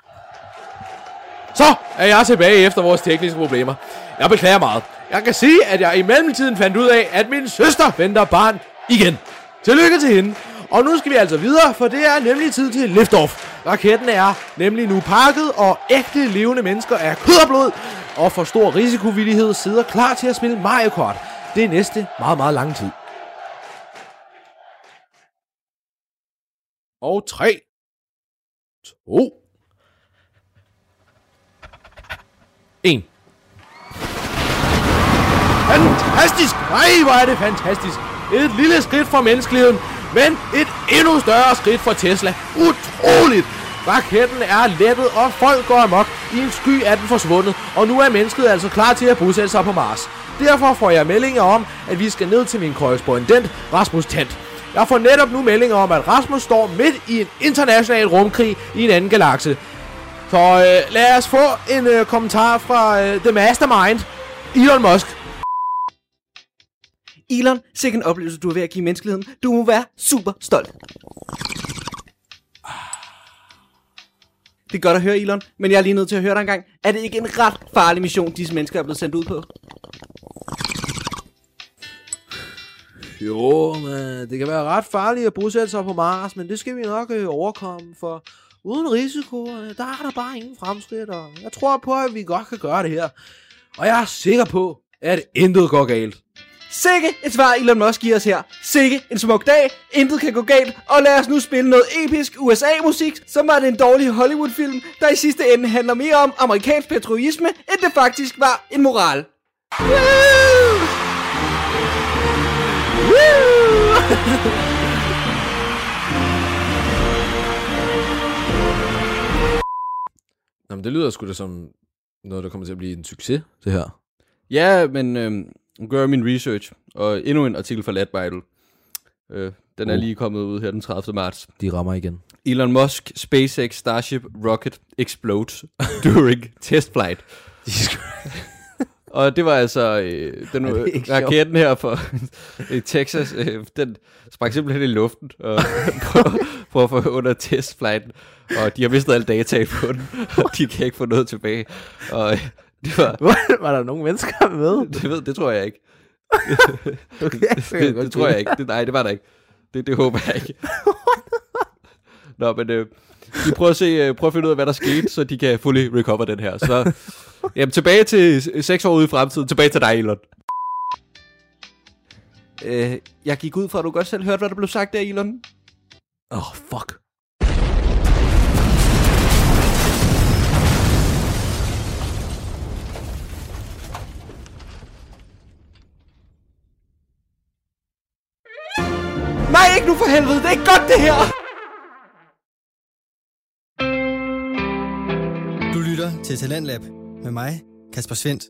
Så er jeg tilbage efter vores tekniske problemer. Jeg beklager meget. Jeg kan sige, at jeg i mellemtiden fandt ud af, at min søster venter barn igen. Tillykke til hende. Og nu skal vi altså videre, for det er nemlig tid til liftoff. Raketten er nemlig nu pakket, og ægte levende mennesker er kød og blod. Og for stor risikovillighed sidder klar til at spille Mario Kart. Det er næste meget, meget lang tid. Og tre. To. En. Fantastisk! Nej, hvor er det fantastisk! Et lille skridt for menneskeligheden, men et endnu større skridt for Tesla. Utroligt! Raketten er lettet, og folk går amok. I en sky er den forsvundet, og nu er mennesket altså klar til at bosætte sig på Mars. Derfor får jeg meldinger om, at vi skal ned til min korrespondent, Rasmus Tent. Jeg får netop nu meldinger om, at Rasmus står midt i en international rumkrig i en anden galakse. Så øh, lad os få en øh, kommentar fra øh, The Mastermind, Elon Musk. Elon, sikke en oplevelse, du er ved at give menneskeligheden. Du må være super stolt. Det er godt at høre, Elon, men jeg er lige nødt til at høre dig en gang. Er det ikke en ret farlig mission, disse mennesker er blevet sendt ud på? Jo, men det kan være ret farligt at bosætte sig på Mars, men det skal vi nok øh, overkomme, for uden risiko, øh, der er der bare ingen fremskridt, og jeg tror på, at vi godt kan gøre det her. Og jeg er sikker på, at intet går galt. Sikke et svar, Elon Musk giver os her. Sikke en smuk dag, intet kan gå galt, og lad os nu spille noget episk U S A-musik, som var det en dårlig Hollywood-film, der i sidste ende handler mere om amerikansk patriotisme, end det faktisk var en moral. Woo! Woo! Nå, men det lyder sgu da som noget, der kommer til at blive en succes, det her. Ja, men øh, nu gør jeg min research, og endnu en artikel fra Latbible. Øh, den er Uh. lige kommet ud her den tredivte marts. De rammer igen. Elon Musk SpaceX Starship rocket explodes during test flight. Og det var altså øh, den Ej, det er ikke raketten her for i Texas, øh, den sprang simpelthen i luften og prøvede at få under testflighten, og de har mistet alle data på den, og de kan ikke få noget tilbage. Og øh, det var, Var der nogen mennesker med? det, ved, det tror jeg ikke. Okay, det, det tror jeg ikke. Det, nej, det var der ikke. Det, det håber jeg ikke. Nå, men øh, de prøver at se, øh, prøver at finde ud af, hvad der skete, så de kan fully recover den her. Så jamen, tilbage til seks år ude i fremtiden. Tilbage til dig, Elon. Øh, jeg gik ud fra, at du godt selv hørte, hvad der blev sagt der, Elon. Åh, oh, fuck. Nej, ikke nu for helvede. Det er ikke godt, det her. Du lytter til Talentlab med mig, Kasper Svendt.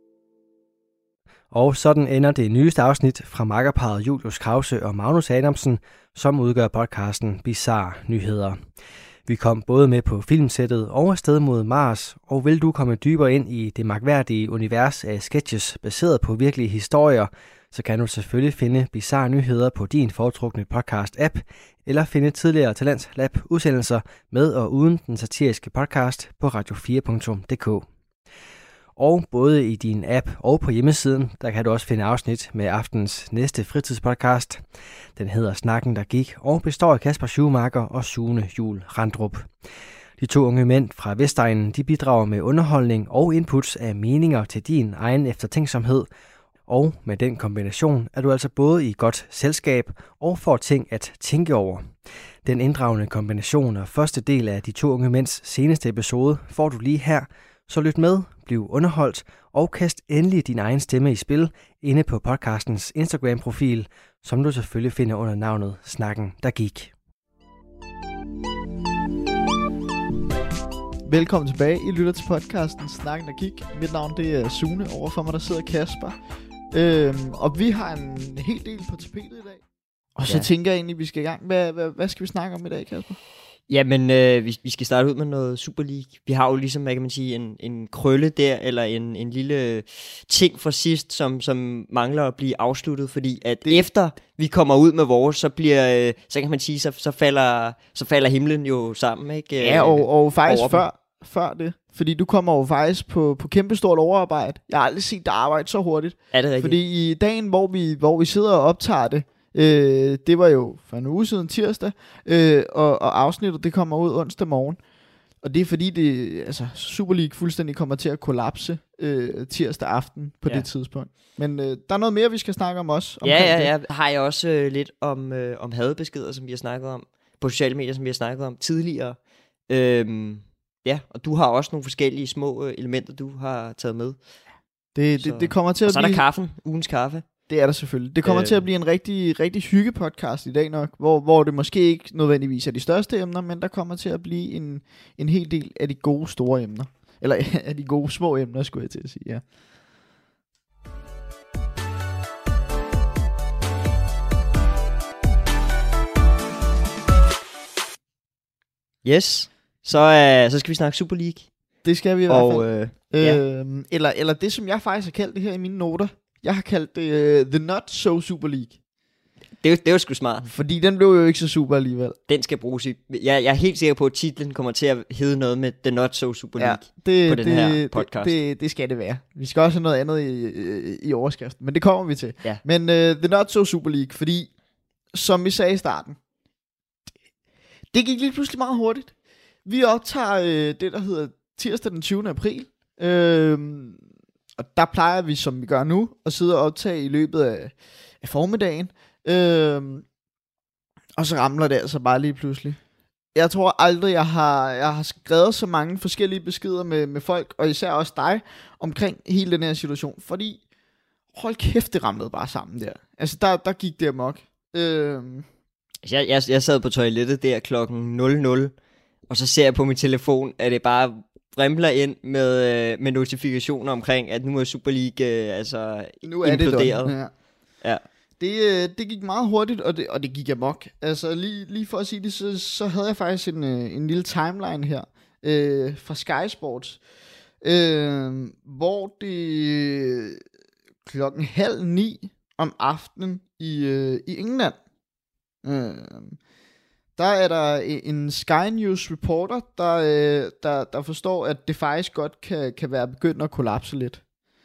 Og sådan ender det nyeste afsnit fra makkerparret Julius Krause og Magnus Adamsen, som udgør podcasten Bizarre Nyheder. Vi kom både med på filmsættet og afsted mod Mars, og vil du komme dybere ind i det mærkværdige univers af sketches baseret på virkelige historier, så kan du selvfølgelig finde Bizarre Nyheder på din foretrukne podcast-app, eller finde tidligere Talentlab udsendelser med og uden den satiriske podcast på radio fire punktum d k. Og både i din app og på hjemmesiden, der kan du også finde afsnit med aftens næste fritidspodcast. Den hedder Snakken, der gik, og består af Kasper Schumacher og Sune Juhl Randrup. De to unge mænd fra Vestegnen, de bidrager med underholdning og inputs af meninger til din egen eftertænksomhed. Og med den kombination er du altså både i godt selskab og får ting at tænke over. Den inddragende kombination og første del af de to unge mænds seneste episode får du lige her. Så lyt med, bliv underholdt og kast endelig din egen stemme i spil inde på podcastens Instagram-profil, som du selvfølgelig finder under navnet Snakken, der gik. Velkommen tilbage. I lytter til podcasten Snakken, der gik. Mit navn det er Sune. Overfor mig der sidder Kasper. Øhm, og vi har en hel del på tapetet i dag. Og så Ja. tænker jeg egentlig, at vi skal i gang. Hvad, hvad, hvad skal vi snakke om i dag, Kasper? Jamen, øh, vi, vi skal starte ud med noget Super League. Vi har jo ligesom, hvad kan man sige, en, en krølle der, eller en, en lille ting fra sidst, som, som mangler at blive afsluttet, fordi at det... efter vi kommer ud med vores, så bliver, øh, så kan man sige, så, så, falder, så falder himlen jo sammen, ikke? Ja, og, og faktisk over før, før det. Fordi du kommer jo faktisk på, på kæmpestort overarbejde. Jeg har aldrig set dig arbejde så hurtigt. Er det rigtigt? Fordi i dagen, hvor vi, hvor vi sidder og optager det, øh, det var jo for en uge siden tirsdag, øh, og, og afsnittet det kommer ud onsdag morgen. Og det er fordi, det, altså, Super League fuldstændig kommer til at kollapse øh, tirsdag aften på Ja. det tidspunkt. Men øh, der er noget mere, vi skal snakke om også. Ja, omkring ja, det. ja. Har jeg også øh, lidt om, øh, om hadbeskeder, som vi har snakket om, på sociale medier, som vi har snakket om tidligere. Øhm, ja, og du har også nogle forskellige små øh, elementer, du har taget med. Det, Så- det, det kommer til Og at så er der blive... kaffen, ugens kaffe. Det er der selvfølgelig. Det kommer øh. til at blive en rigtig, rigtig hygge-podcast i dag nok, hvor, hvor det måske ikke nødvendigvis er de største emner, men der kommer til at blive en, en hel del af de gode store emner. Eller af de gode små emner, skulle jeg til at sige, ja. Yes, så, øh, så skal vi snakke Super League. Det skal vi i og, hvert fald. Øh, ja. øhm, eller, eller det, som jeg faktisk har kaldt det her i mine noter. Jeg har kaldt det uh, The Not So Super League. Det, er, det var sgu smart. Fordi den blev jo ikke så super alligevel. Den skal bruges i... Jeg, jeg er helt sikker på, at titlen kommer til at hedde noget med The Not So Super League ja, det, på den det, her podcast. Det, det, det skal det være. Vi skal også have noget andet i, i, i overskriften, men det kommer vi til. Ja. Men uh, The Not So Super League, fordi, som vi sagde i starten, det, det gik lige pludselig meget hurtigt. Vi optager uh, det, der hedder tirsdag den tyvende april. Uh, og der plejer vi, som vi gør nu, at sidde og optage i løbet af, af formiddagen. Øhm, og så ramler det altså bare lige pludselig. Jeg tror aldrig jeg har, jeg har skrevet så mange forskellige beskeder med, med folk, og især også dig, omkring hele den her situation. Fordi, hold kæft, det ramlede bare sammen der. Altså der, der gik det amok. øhm. jeg, jeg, jeg sad på toilettet der klokken nul nul, og så ser jeg på min telefon, at det bare vrimler ind med, med notifikationer omkring, at nu er Super League øh, altså nu er imploderet. Det ja. Ja. Det, det gik meget hurtigt, og det, og det gik amok. Altså lige, lige for at sige det, så, så havde jeg faktisk en, en lille timeline her øh, fra Sky Sports, øh, hvor det klokken halv ni om aftenen i, øh, i England, øh, der er der en Sky News reporter, der, øh, der, der forstår, at det faktisk godt kan, kan være begyndt at kollapse lidt.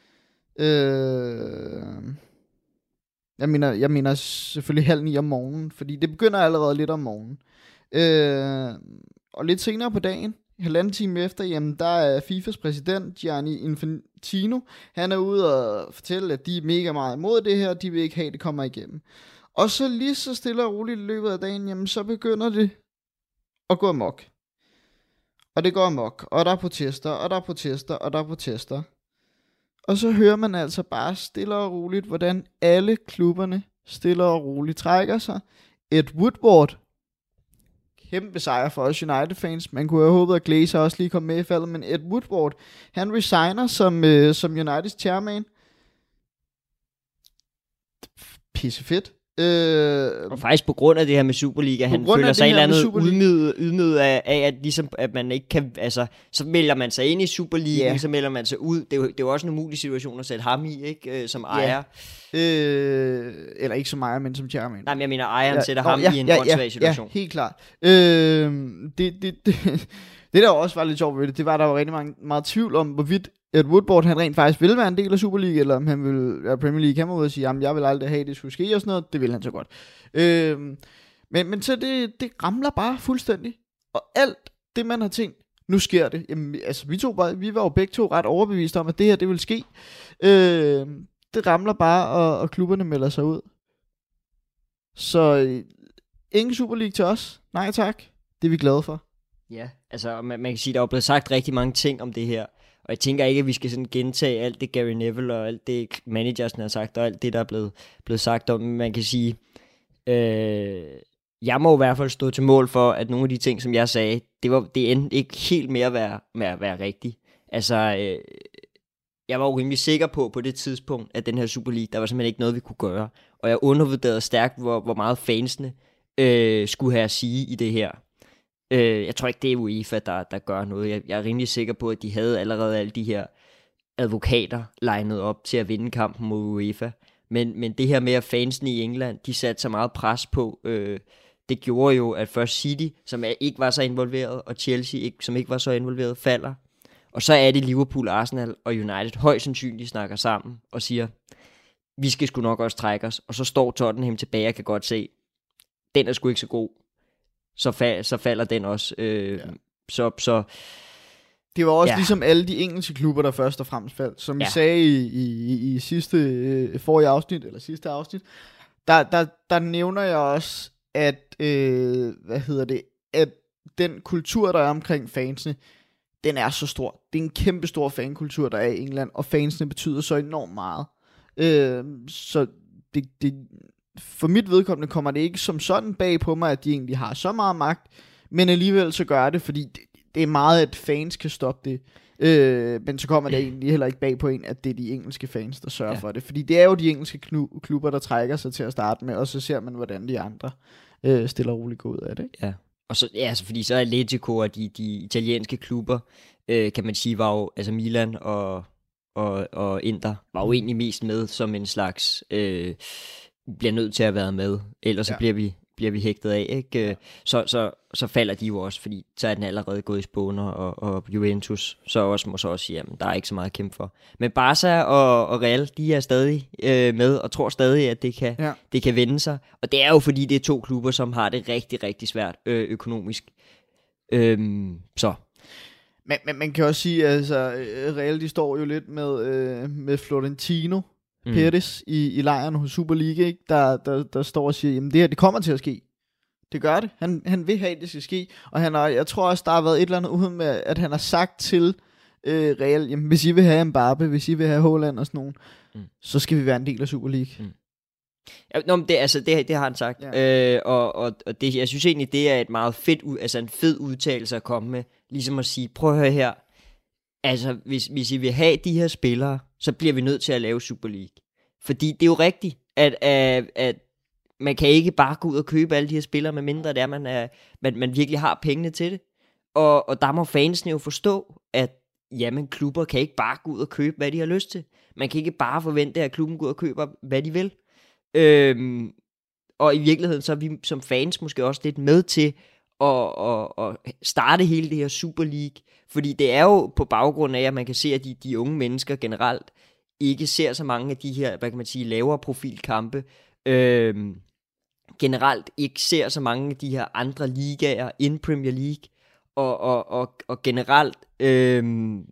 Øh... Jeg mener, jeg mener selvfølgelig halv ni om morgenen, fordi det begynder allerede lidt om morgenen. Øh, og lidt senere på dagen, halvanden time efter, jamen der er FIFAs præsident, Gianni Infantino, han er ude og fortælle, at de er mega meget imod det her, de vil ikke have, at det kommer igennem. Og så lige så stille og roligt i løbet af dagen, jamen så begynder det at gå amok. Og det går amok, og der er protester, og der er protester, og der er protester. Og så hører man altså bare stille og roligt, hvordan alle klubberne stille og roligt trækker sig. Ed Woodward, kæmpe sejr for os United-fans. Man kunne have håbet, at Glazer også lige kom med i faldet, men Ed Woodward, han resigner som, øh, som Uniteds chairman. Pissefedt. Øh, og faktisk på grund af det her med Superliga, han føler sig et eller andet ydmyget, ydmyget af, af at, ligesom, at man ikke kan, altså, så melder man sig ind i Superliga, yeah. så melder man sig ud. Det er, jo, det er jo også en umulig situation at sætte ham i, ikke, som ejer. Yeah. Øh, eller ikke som ejer, men som chairman. Nej, men jeg mener, ejeren ja, sætter nå, ham ja, i en ja, åndssvag ja, situation. Ja, helt klart. Øh, det, det, det, det der også var lidt sjovt ved det, det var, der var rigtig mange, meget tvivl om, hvorvidt Ed Woodward, han rent faktisk ville være en del af Super League, eller om han ville være Premier League, kan man ud og sige, jamen jeg vil aldrig have, det skulle ske og sådan noget, det vil han så godt. Øhm, men, men så det, det ramler bare fuldstændig, og alt det man har tænkt, nu sker det, jamen altså vi to bare, vi var jo begge to ret overbeviste om, at det her, det vil ske. Øhm, det ramler bare, og, og klubberne melder sig ud. Så øh, ingen Super League til os, nej tak, det er vi glade for. Ja, altså man, man kan sige, der er blevet sagt rigtig mange ting om det her. Og jeg tænker ikke, at vi skal sådan gentage alt det Gary Neville og alt det managersen har sagt, og alt det, der er blevet, blevet sagt om. Man kan sige, øh, jeg må i hvert fald stå til mål for, at nogle af de ting, som jeg sagde, det, var, det endte ikke helt med at være, med at være rigtigt. Altså, øh, jeg var jo rimelig sikker på, på det tidspunkt, at den her Super League, der var simpelthen ikke noget, vi kunne gøre. Og jeg undervurderede stærkt, hvor, hvor meget fansene øh, skulle have at sige i det her. Jeg tror ikke, det er UEFA, der, der gør noget. Jeg, jeg er rimelig sikker på, at de havde allerede alle de her advokater legnet op til at vinde kampen mod UEFA. Men, men det her med, at fansene i England, de satte så meget pres på, øh, det gjorde jo, at først City, som ikke var så involveret, og Chelsea, ikke, som ikke var så involveret, falder. Og så er det Liverpool, Arsenal og United højst sandsynligt snakker sammen og siger, vi skal sgu nok også trække os. Og så står Tottenham tilbage og kan godt se, den er sgu ikke så god. Så, fa- så falder den også. Øh, ja. så, så det var også ja. ligesom alle de engelske klubber, der først og fremmest faldt. Som ja. vi sagde i, i, i sidste øh, forrige afsnit, eller sidste afsnit, der, der, der nævner jeg også, at, øh, hvad hedder det, at den kultur, der er omkring fansene, den er så stor. Det er en kæmpe stor fankultur, der er i England, og fansene betyder så enormt meget. Øh, så det, det, for mit vedkommende kommer det ikke som sådan bag på mig, at de egentlig har så meget magt, men alligevel så gør det, fordi det, det er meget, at fans kan stoppe det. Øh, men så kommer det egentlig heller ikke bag på en, at det er de engelske fans, der sørger ja. for det. Fordi det er jo de engelske knu- klubber, der trækker sig til at starte med, og så ser man, hvordan de andre øh, stille og roligt går ud af det. Ikke? Ja, og så, ja, altså, fordi så er Atletico og de, de italienske klubber, øh, kan man sige, var jo, altså Milan og, og, og Inter, var jo egentlig mest med som en slags, øh, bliver nødt til at være med, ellers ja. så bliver vi bliver vi hægtet af, ikke? Ja. Så, så, så falder de jo også, fordi så er den allerede gået i spåner, og, og Juventus så også må så også sige, jamen der er ikke så meget at kæmpe for. Men Barca og, og Real, de er stadig øh, med, og tror stadig, at det kan, ja. det kan vende sig. Og det er jo fordi, det er to klubber, som har det rigtig, rigtig svært øh, økonomisk. Øhm, så. Men, men man kan også sige, at altså, Real, de står jo lidt med, øh, med Florentino Mm. Perez i, i lejren hos Superliga, ikke? Der, der, der står og siger, jamen det her, det kommer til at ske. Det gør det. Han, han vil have, at det skal ske. Og han har, jeg tror også, der har været et eller andet ude med, at han har sagt til øh, Real, jamen hvis I vil have Mbappe, hvis I vil have Haaland og sådan nogen, mm. så skal vi være en del af Superliga. Mm. Ja, nå, men det, altså, det, det har han sagt. Ja. Øh, og og, og det, jeg synes egentlig, det er et meget fedt, altså en fed udtalelse at komme med. Ligesom at sige, prøv at høre her. Altså, hvis, hvis I vil have de her spillere, så bliver vi nødt til at lave Super League. Fordi det er jo rigtigt, at, at, at man kan ikke bare gå ud og købe alle de her spillere, medmindre det er, man, er, man, man virkelig har pengene til det. Og, og der må fansene jo forstå, at jamen, klubber kan ikke bare gå ud og købe, hvad de har lyst til. Man kan ikke bare forvente, at klubben går ud og køber, hvad de vil. Øhm, og i virkeligheden, så er vi som fans måske også lidt med til at, at, at starte hele det her Super League. Fordi det er jo på baggrund af, at man kan se, at de, de unge mennesker generelt ikke ser så mange af de her, hvad kan man sige, lavere profilkampe. Øhm, generelt ikke ser så mange af de her andre ligaer in Premier League. Og, og, og, og generelt, øhm,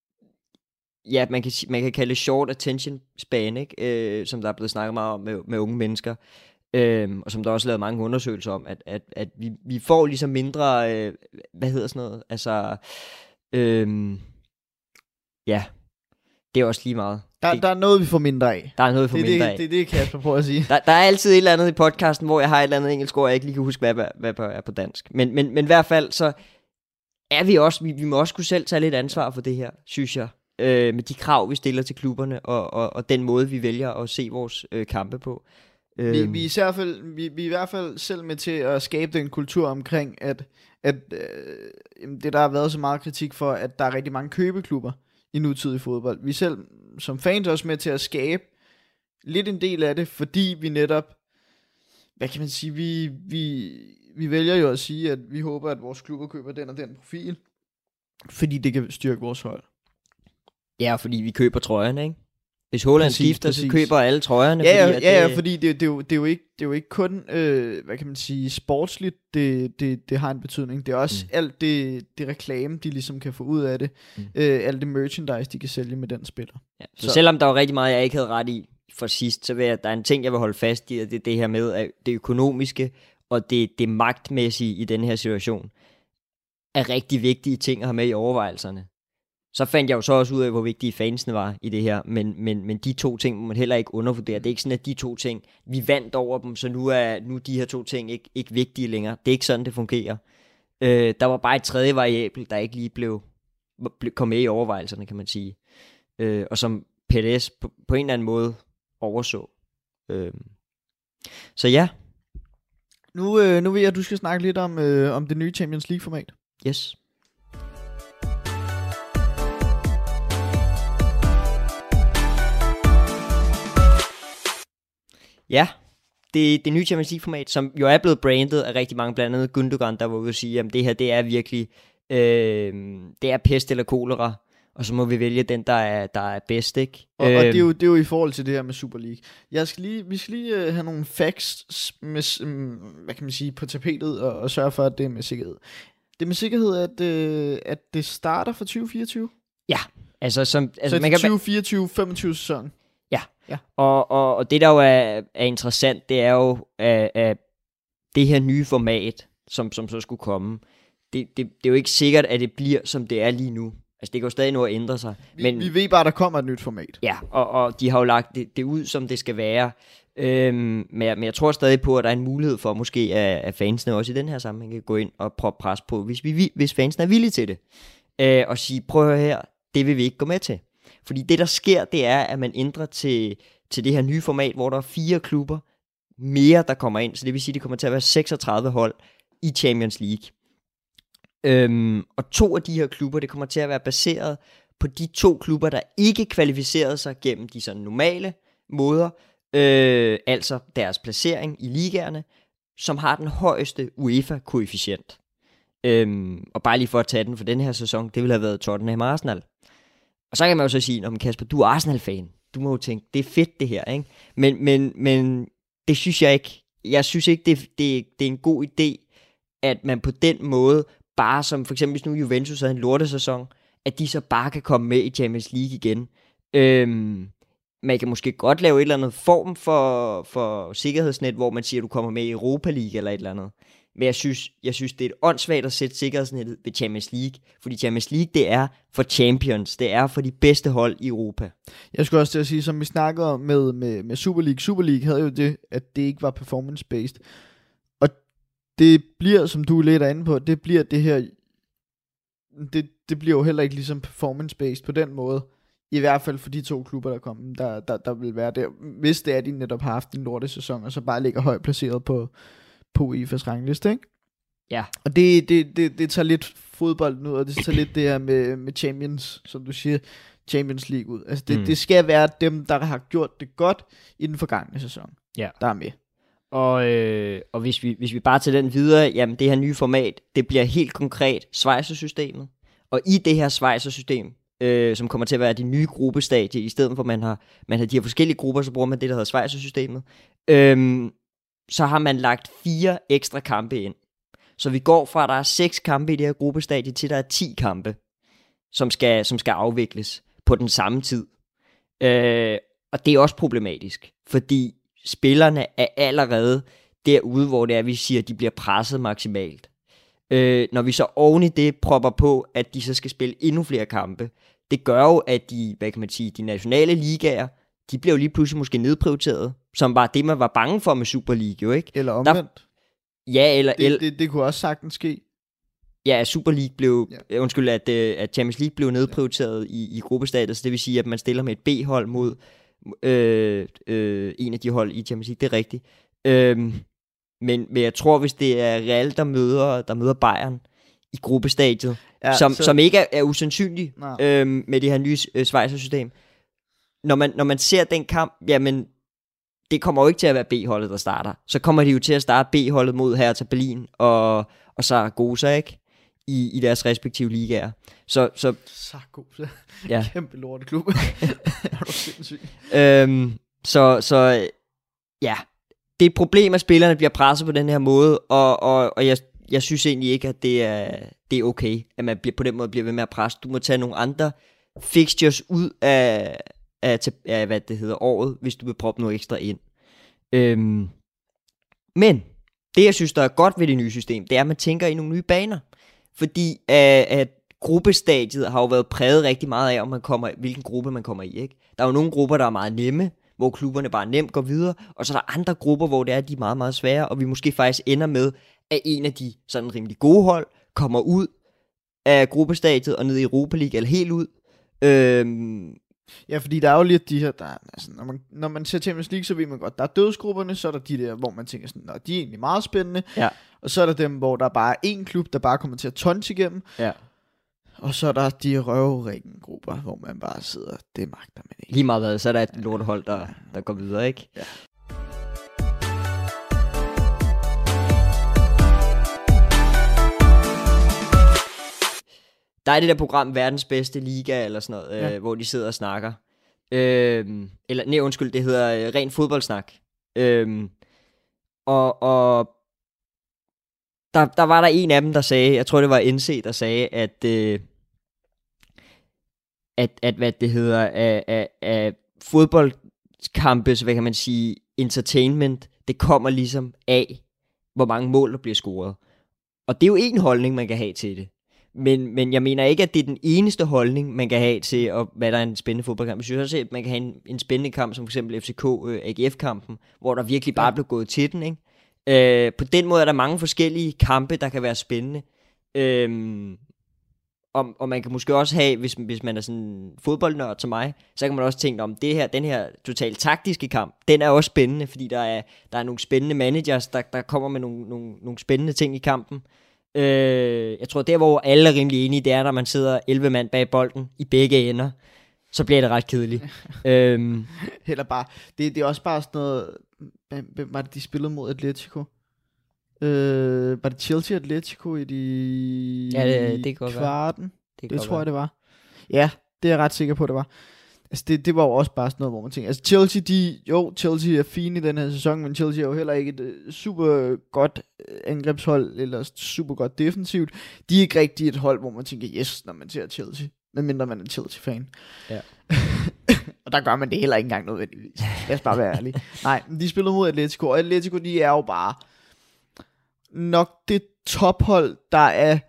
ja, man kan, man kan kalde det short attention span, ikke? Øh, som der er blevet snakket meget om med, med unge mennesker. Øhm, og som der også er lavet mange undersøgelser om, at, at, at vi, vi får ligesom mindre, øh, hvad hedder sådan noget, altså, øhm, ja, det er også lige meget. Der, det, der er noget, vi får mindre af. Der er noget, vi får det, mindre det, af. Det er det, Kasper prøver at sige. Der, der er altid et eller andet i podcasten, hvor jeg har et eller andet engelsk ord, jeg ikke lige kan huske, hvad, hvad, hvad er på dansk. Men, men, men i hvert fald, så er vi også, vi, vi må også kunne selv tage lidt ansvar for det her, synes jeg. Øh, med de krav, vi stiller til klubberne, og, og, og den måde, vi vælger at se vores øh, kampe på. Vi, vi, er i hvert fald, vi, vi er i hvert fald selv med til at skabe den kultur omkring, at, at øh, det der har været så meget kritik for, at der er rigtig mange købeklubber i nutidig fodbold. Vi er selv som fans også med til at skabe lidt en del af det, fordi vi netop, hvad kan man sige, vi, vi, vi vælger jo at sige, at vi håber, at vores klubber køber den og den profil, fordi det kan styrke vores hold. Ja, fordi vi køber trøjerne, ikke? Hvis Haaland skifter, præcis. Så køber alle trøjerne. Ja, fordi, ja, ja, det... fordi det, det, er jo, det, er jo ikke, det er jo ikke kun, øh, hvad kan man sige, sportsligt, det, det, det har en betydning. Det er også mm. alt det, det reklame, de ligesom kan få ud af det. Mm. Øh, alt det merchandise, de kan sælge med den spiller. Ja, så, så selvom der var rigtig meget, jeg ikke havde ret i for sidst, så vil jeg, der er en ting, jeg vil holde fast i, og det er det her med at det økonomiske og det, det magtmæssige i den her situation er rigtig vigtige ting at have med i overvejelserne. Så fandt jeg jo så også ud af, hvor vigtige fansene var i det her, men, men, men de to ting må man heller ikke undervurdere. Det er ikke sådan, at de to ting, vi vandt over dem, så nu er nu de her to ting ikke, ikke vigtige længere. Det er ikke sådan, det fungerer. Øh, der var bare et tredje variabel, der ikke lige blev, blev kom med i overvejelserne, kan man sige. Øh, og som Perez på, på en eller anden måde overså. Øh, så ja. Nu, øh, nu ved jeg, at du skal snakke lidt om, øh, om det nye Champions League-format. Yes. Ja, det, det nye Champions League-format, som jo er blevet brandet af rigtig mange, blandt andet Gundogan, der var ude at sige, at det her, det er virkelig, øh, det er pest eller kolera, og så må vi vælge den, der er, der er bedst, ikke? Og, øh, og det, er jo, det er jo i forhold til det her med Super League. Jeg skal lige, vi skal lige uh, have nogle facts, med, um, hvad kan man sige, på tapetet, og, og sørge for, at det er med sikkerhed. Det er med sikkerhed, at, uh, at det starter for tyve fireogtyve? Ja, altså som... Altså, så man kan tyve fireogtyve femogtyve sæson? Ja, ja. Og, og, og det der jo er, er interessant, det er jo, at, at det her nye format, som, som så skulle komme, det, det, det er jo ikke sikkert, at det bliver, som det er lige nu. Altså, det kan jo stadig nå at ændre sig. Vi, men, vi ved bare, at der kommer et nyt format. Ja, og, og de har jo lagt det, det ud, som det skal være. Øhm, men, jeg, men jeg tror stadig på, at der er en mulighed for måske, at, at fansene også i den her sammenhæng kan gå ind og proppe pres på, hvis, vi, hvis fansene er villige til det. Øh, og sige, prøv at høre her, det vil vi ikke gå med til. Fordi det, der sker, det er, at man ændrer til, til det her nye format, hvor der er fire klubber mere, der kommer ind. Så det vil sige, at det kommer til at være seksogtredive hold i Champions League. Øhm, og to af de her klubber, det kommer til at være baseret på de to klubber, der ikke kvalificerede sig gennem de sådan normale måder, øh, altså deres placering i ligaerne, som har den højeste UEFA-koefficient. Øhm, og bare lige for at tage den for den her sæson, det ville have været Tottenham og Arsenal. Og så kan man jo så sige, om Kasper, du er Arsenal-fan. Du må jo tænke, det er fedt det her, ikke? Men, men, men det synes jeg ikke. Jeg synes ikke, det, det, det er en god idé, at man på den måde, bare som for eksempel hvis nu Juventus havde en lortesæson, at de så bare kan komme med i Champions League igen. Øhm, man kan måske godt lave et eller andet form for, for sikkerhedsnet, hvor man siger, at du kommer med i Europa League eller et eller andet. Men jeg synes, jeg synes det er et åndssvagt at sætte sikkerhedsnettet ved Champions League, fordi Champions League, det er for champions, det er for de bedste hold i Europa. Jeg skulle også til at sige, som vi snakkede om med, med, med Super League. Super League havde jo det, at det ikke var performance-based. Og det bliver, som du er lidt inde på, det bliver det her, det, det bliver jo heller ikke ligesom performance-based på den måde. I hvert fald for de to klubber, der kommer, der, der, der vil være der. Hvis det er, de netop har haft en lortesæson, og så bare ligger højt placeret på på U E F A's rangliste, ikke? Ja. Og det, det, det, det tager lidt fodbolden ud, og det tager lidt det her med, med Champions, som du siger, Champions League ud. Altså det, mm. det skal være dem, der har gjort det godt i den forgangne sæson, ja. Der er med. Og, øh, og hvis, vi, hvis vi bare tager den videre, jamen det her nye format, det bliver helt konkret Schweizer-systemet. Og i det her Schweizer-system, øh, som kommer til at være de nye gruppestadie, i stedet for man har, man har de her forskellige grupper, så bruger man det, der hedder Schweizer-systemet. Øh, så har man lagt fire ekstra kampe ind. Så vi går fra, at der er seks kampe i det her gruppestadie, til der er ti kampe, som skal, som skal afvikles på den samme tid. Øh, og det er også problematisk, fordi spillerne er allerede derude, hvor det er, vi siger, at de bliver presset maksimalt. Øh, når vi så oven i det propper på, at de så skal spille endnu flere kampe, det gør jo, at de, hvad kan man sige, de nationale ligaer, de bliver jo lige pludselig måske nedprioriteret, som var det, man var bange for med Super League, jo ikke? Eller omvendt. Der, ja, eller... Det, eller det, det kunne også sagtens ske. Ja, Super League blev... Ja. Undskyld, at, at Champions League blev nedprioriteret ja. i, i gruppestadiet, så det vil sige, at man stiller med et B-hold mod øh, øh, en af de hold i Champions League, det er rigtigt. Øh, men, men jeg tror, hvis det er Real, der møder, der møder Bayern i gruppestadiet, ja, som, så... som ikke er, er usandsynligt øh, med det her nye øh, Schweizer-system, Når man, når man ser den kamp, jamen, det kommer jo ikke til at være B-holdet, der starter. Så kommer de jo til at starte B-holdet mod Hertha Berlin og, og Zaragoza, ikke? I, i deres respektive ligaer. Så, så, Zaragoza. Ja. Kæmpe lorteklub. Er du sindssyg? Øhm, så, så, ja. Det er et problem, at spillerne bliver presset på den her måde, og, og, og jeg, jeg synes egentlig ikke, at det er, det er okay, at man bliver, på den måde bliver ved med at presse. Du må tage nogle andre fixtures ud af... Af, af hvad det hedder året, hvis du vil proppe noget ekstra ind. Øhm, men det jeg synes der er godt ved det nye system, det er at man tænker i nogle nye baner, fordi at, at gruppestadiet har jo været præget rigtig meget af om man kommer, hvilken gruppe man kommer i, ikke? Der er jo nogle grupper der er meget nemme, hvor klubberne bare nemt går videre, og så er der andre grupper hvor det er de er meget meget svære, og vi måske faktisk ender med at en af de sådan rimelig gode hold kommer ud af gruppestadiet og ned i Europa League eller helt ud. Øhm, Ja, fordi der er jo lidt de her, der, altså, når, man, når man ser Champions League, så ved man godt, der er dødsgrupperne, så er der de der, hvor man tænker sådan, de er egentlig meget spændende, ja. Og så er der dem, hvor der bare er én klub, der bare kommer til at tonse igennem, ja. Og så er der de røvringen grupper, hvor man bare sidder, det magter man ikke. Lige meget hvad, så er der et lortehold, der, der går videre, ikke? Ja. Der er det der program, Verdens Bedste Liga, eller sådan noget, ja. øh, hvor de sidder og snakker. Øh, eller, nej, undskyld, det hedder øh, Ren Fodboldsnak. Øh, og og der, der var der en af dem, der sagde, jeg tror det var N C, der sagde, at, øh, at, at hvad det hedder, at, at, at fodboldkampes, hvad kan man sige, entertainment, det kommer ligesom af, hvor mange mål der bliver scoret. Og det er jo en holdning, man kan have til det. Men, men jeg mener ikke, at det er den eneste holdning, man kan have til, at, hvad der er en spændende fodboldkamp. Jeg synes også, at man kan have en, en spændende kamp, som for eksempel F C K øh, A G F-kampen, hvor der virkelig bare ja. blev gået til den. Ikke? Øh, på den måde er der mange forskellige kampe, der kan være spændende. Øh, og, og man kan måske også have, hvis, hvis man er sådan en fodboldnørd som mig, så kan man også tænke om, det her, den her totalt taktiske kamp, den er også spændende, fordi der er, der er nogle spændende managers, der, der kommer med nogle, nogle, nogle spændende ting i kampen. Øh, jeg tror, der hvor alle er rimelig enige, det er, når man sidder elleve mand bag bolden i begge ender, så bliver det ret kedeligt. øhm. Eller bare, det, det er også bare sådan noget, hvem var det, de spillede mod Atletico? Øh, var det Chelsea Atletico i de ja, det, det kvarten? Det, det tror være. jeg, det var. Ja, det er jeg ret sikker på, det var. Altså, det, det var jo også bare sådan noget, hvor man tænker, altså Chelsea, de, jo, Chelsea er fine i den her sæson, men Chelsea er jo heller ikke et uh, super godt angrebshold, eller super godt defensivt. De er ikke rigtig et hold, hvor man tænker, yes, når man ser Chelsea, medmindre man er Chelsea-fan. Ja. Og der gør man det heller ikke engang nødvendigvis. Lad os bare være ærlig. Nej, de spillede mod Atletico, og Atletico, de er jo bare nok det tophold, der er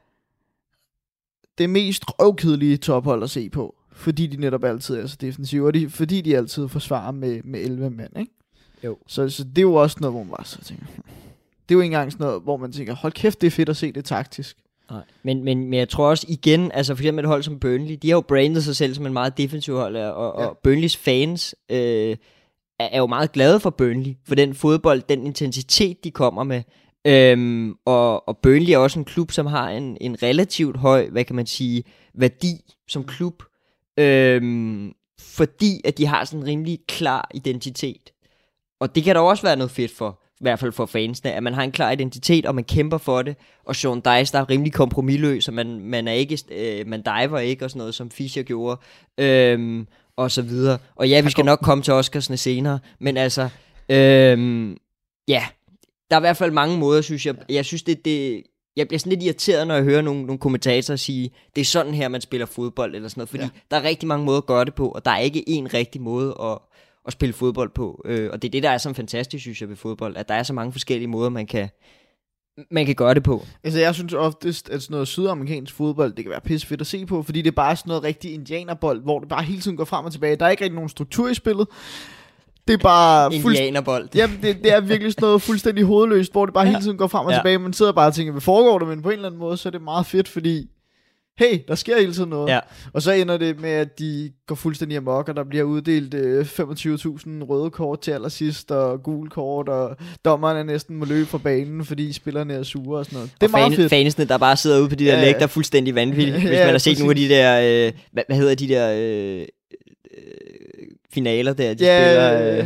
det mest røvkedelige tophold at se på. Fordi de netop altid er så defensive, og de, fordi de altid forsvarer med, med elleve mand, ikke? Jo. Så, så det er jo også noget, hvor man bare så tænker, det er jo ikke engang sådan noget, hvor man tænker, hold kæft, det er fedt at se det taktisk. Nej. Men, men, men jeg tror også igen, altså for eksempel et hold som Burnley, de har jo brandet sig selv som en meget defensiv hold, og, ja. og Burnleys fans øh, er, er jo meget glade for Burnley, for den fodbold, den intensitet, de kommer med. Øhm, og, og Burnley er også en klub, som har en, en relativt høj, hvad kan man sige, værdi som klub, øhm, fordi at de har sådan en rimelig klar identitet. Og det kan da også være noget fedt for, i hvert fald for fansene, at man har en klar identitet, og man kæmper for det. Og Sean Dyche, der er rimelig kompromisløs, og man, man er ikke, øh, man diver ikke, og sådan noget, som Fischer gjorde, øhm, og så videre. Og ja, vi skal nok komme til Oscarsne senere, men altså, øhm, ja, der er i hvert fald mange måder, synes jeg. Jeg synes, det, det jeg bliver sådan lidt irriteret, når jeg hører nogle, nogle kommentatorer sige, det er sådan her, man spiller fodbold, eller sådan noget, fordi ja. der er rigtig mange måder at gøre det på, og der er ikke én rigtig måde at, at spille fodbold på. Øh, og det er det, der er så fantastisk, synes jeg, ved fodbold, at der er så mange forskellige måder, man kan, man kan gøre det på. Altså, jeg synes oftest, at sådan noget sydamerikansk fodbold, det kan være pisse fedt at se på, fordi det er bare sådan noget rigtig indianerbold, hvor det bare hele tiden går frem og tilbage. Der er ikke rigtig nogen struktur i spillet. Det er bare indianerbold. Jamen, det, det er virkelig sådan noget fuldstændig hovedløst, hvor det bare ja. hele tiden går frem og ja. tilbage. Man sidder bare og tænker, hvad foregår der? Men på en eller anden måde, så er det meget fedt, fordi hey, der sker hele tiden noget. Ja. Og så ender det med, at de går fuldstændig amok, og der bliver uddelt øh, femogtyve tusind røde kort til allersidst, og gule kort, og dommerne næsten må løbe fra banen, fordi spillerne er sure og sådan noget. Det er og meget fedt. Fansene, der bare sidder ude på de der ja, læg, der er fuldstændig vanvittigt. Hvis ja, man har set præcis. nogle af de der, øh, hvad, hvad hedder de der øh, øh, finaler der, de ja, spiller... Øh,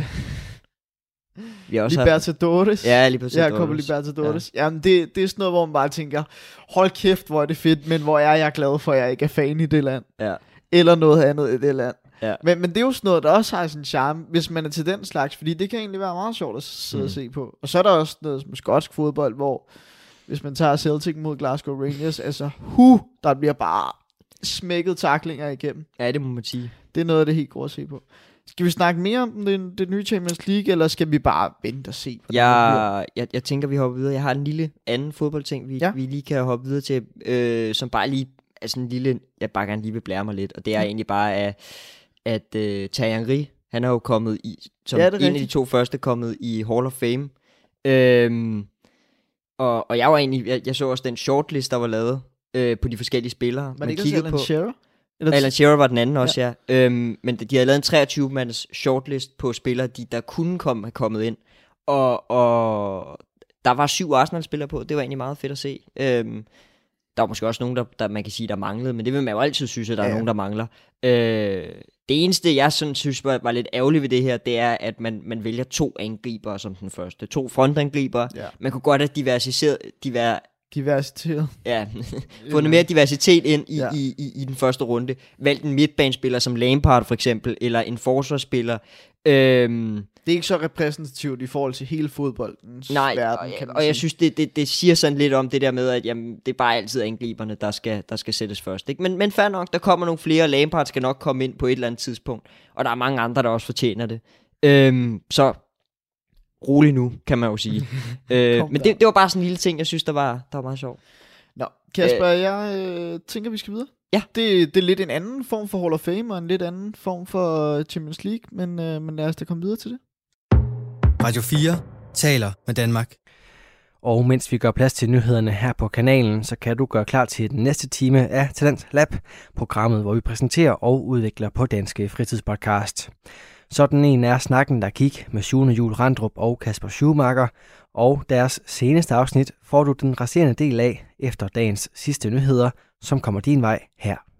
vi har også Libertadores. Haft... Ja, Libertadores. Ja, Copa Libertadores. Ja. Jamen, det, det er sådan noget, hvor man bare tænker, hold kæft, hvor er det fedt, men hvor er jeg glad for, at jeg ikke er fan i det land. Ja. Eller noget andet i det land. Ja. Men, men det er jo sådan noget, der også har sin charme, hvis man er til den slags, fordi det kan egentlig være meget sjovt at sidde mm. og se på. Og så er der også noget som skotsk fodbold, hvor hvis man tager Celtic mod Glasgow Rangers, altså hu, der bliver bare smækket taklinger igennem. Ja, det må man sige. Det er noget af det helt gode at se på. Skal vi snakke mere om det, det nye Champions League, eller skal vi bare vente og se? Jeg, jeg, jeg tænker, vi hopper videre. Jeg har en lille anden fodboldting, vi, ja. vi lige kan hoppe videre til, øh, som bare lige er sådan en lille, jeg bare gerne lige vil blære mig lidt, og det er mm. egentlig bare, at, at øh, Thierry Henry, han er jo kommet i, som ja, en rigtigt. af de to første, kommet i Hall of Fame. Øhm, og, og jeg var egentlig, jeg, jeg så også den shortlist, der var lavet øh, på de forskellige spillere. Men ikke også Alan Shearer? Alan Shearer var den anden også, ja. ja. Øhm, men de havde lavet en treogtyve-mands shortlist på spillere, de, der kunne komme, have kommet ind. Og, og der var syv Arsenal-spillere på. Det var egentlig meget fedt at se. Øhm, der var måske også nogen, der, der man kan sige, der manglede. Men det vil man jo altid synes, at der ja. er nogen, der mangler. Øh, det eneste, jeg sådan, synes var, var lidt ærgerligt ved det her, det er, at man, man vælger to angribere som den første. To frontangribere. Ja. Man kunne godt have diversificeret... Diver, Diversitet. Ja, få noget mere diversitet ind i, ja. i, i, i den første runde. Valgt en midtbanespiller som Lampard for eksempel, eller en forsvarsspiller. Øhm, det er ikke så repræsentativt i forhold til hele fodboldens nej, verden, og, kan man og sige. jeg synes, det, det, det siger sådan lidt om det der med, at jamen, det er bare altid angriberne, der skal, der skal sættes først. Ikke? Men, men fair nok, der kommer nogle flere, Lampard skal nok komme ind på et eller andet tidspunkt, og der er mange andre, der også fortjener det. Øhm, så... rolig nu, kan man jo sige. øh, men det, det var bare sådan en lille ting, jeg synes, der var, der var meget sjovt. Nå, Kasper, øh, jeg øh, tænker, vi skal videre. Ja. Det, det er lidt en anden form for Hall of Fame, og en lidt anden form for Champions League, men, øh, men lad os da komme videre til det. Radio fire taler med Danmark. Og mens vi gør plads til nyhederne her på kanalen, så kan du gøre klar til den næste time af Talent Lab, programmet, hvor vi præsenterer og udvikler på Danske Fritidspodcast. Sådan en er Snakken, der gik med Sune Juhl Randrup og Kasper Schumacher, og deres seneste afsnit får du den resterende del af efter dagens sidste nyheder, som kommer din vej her.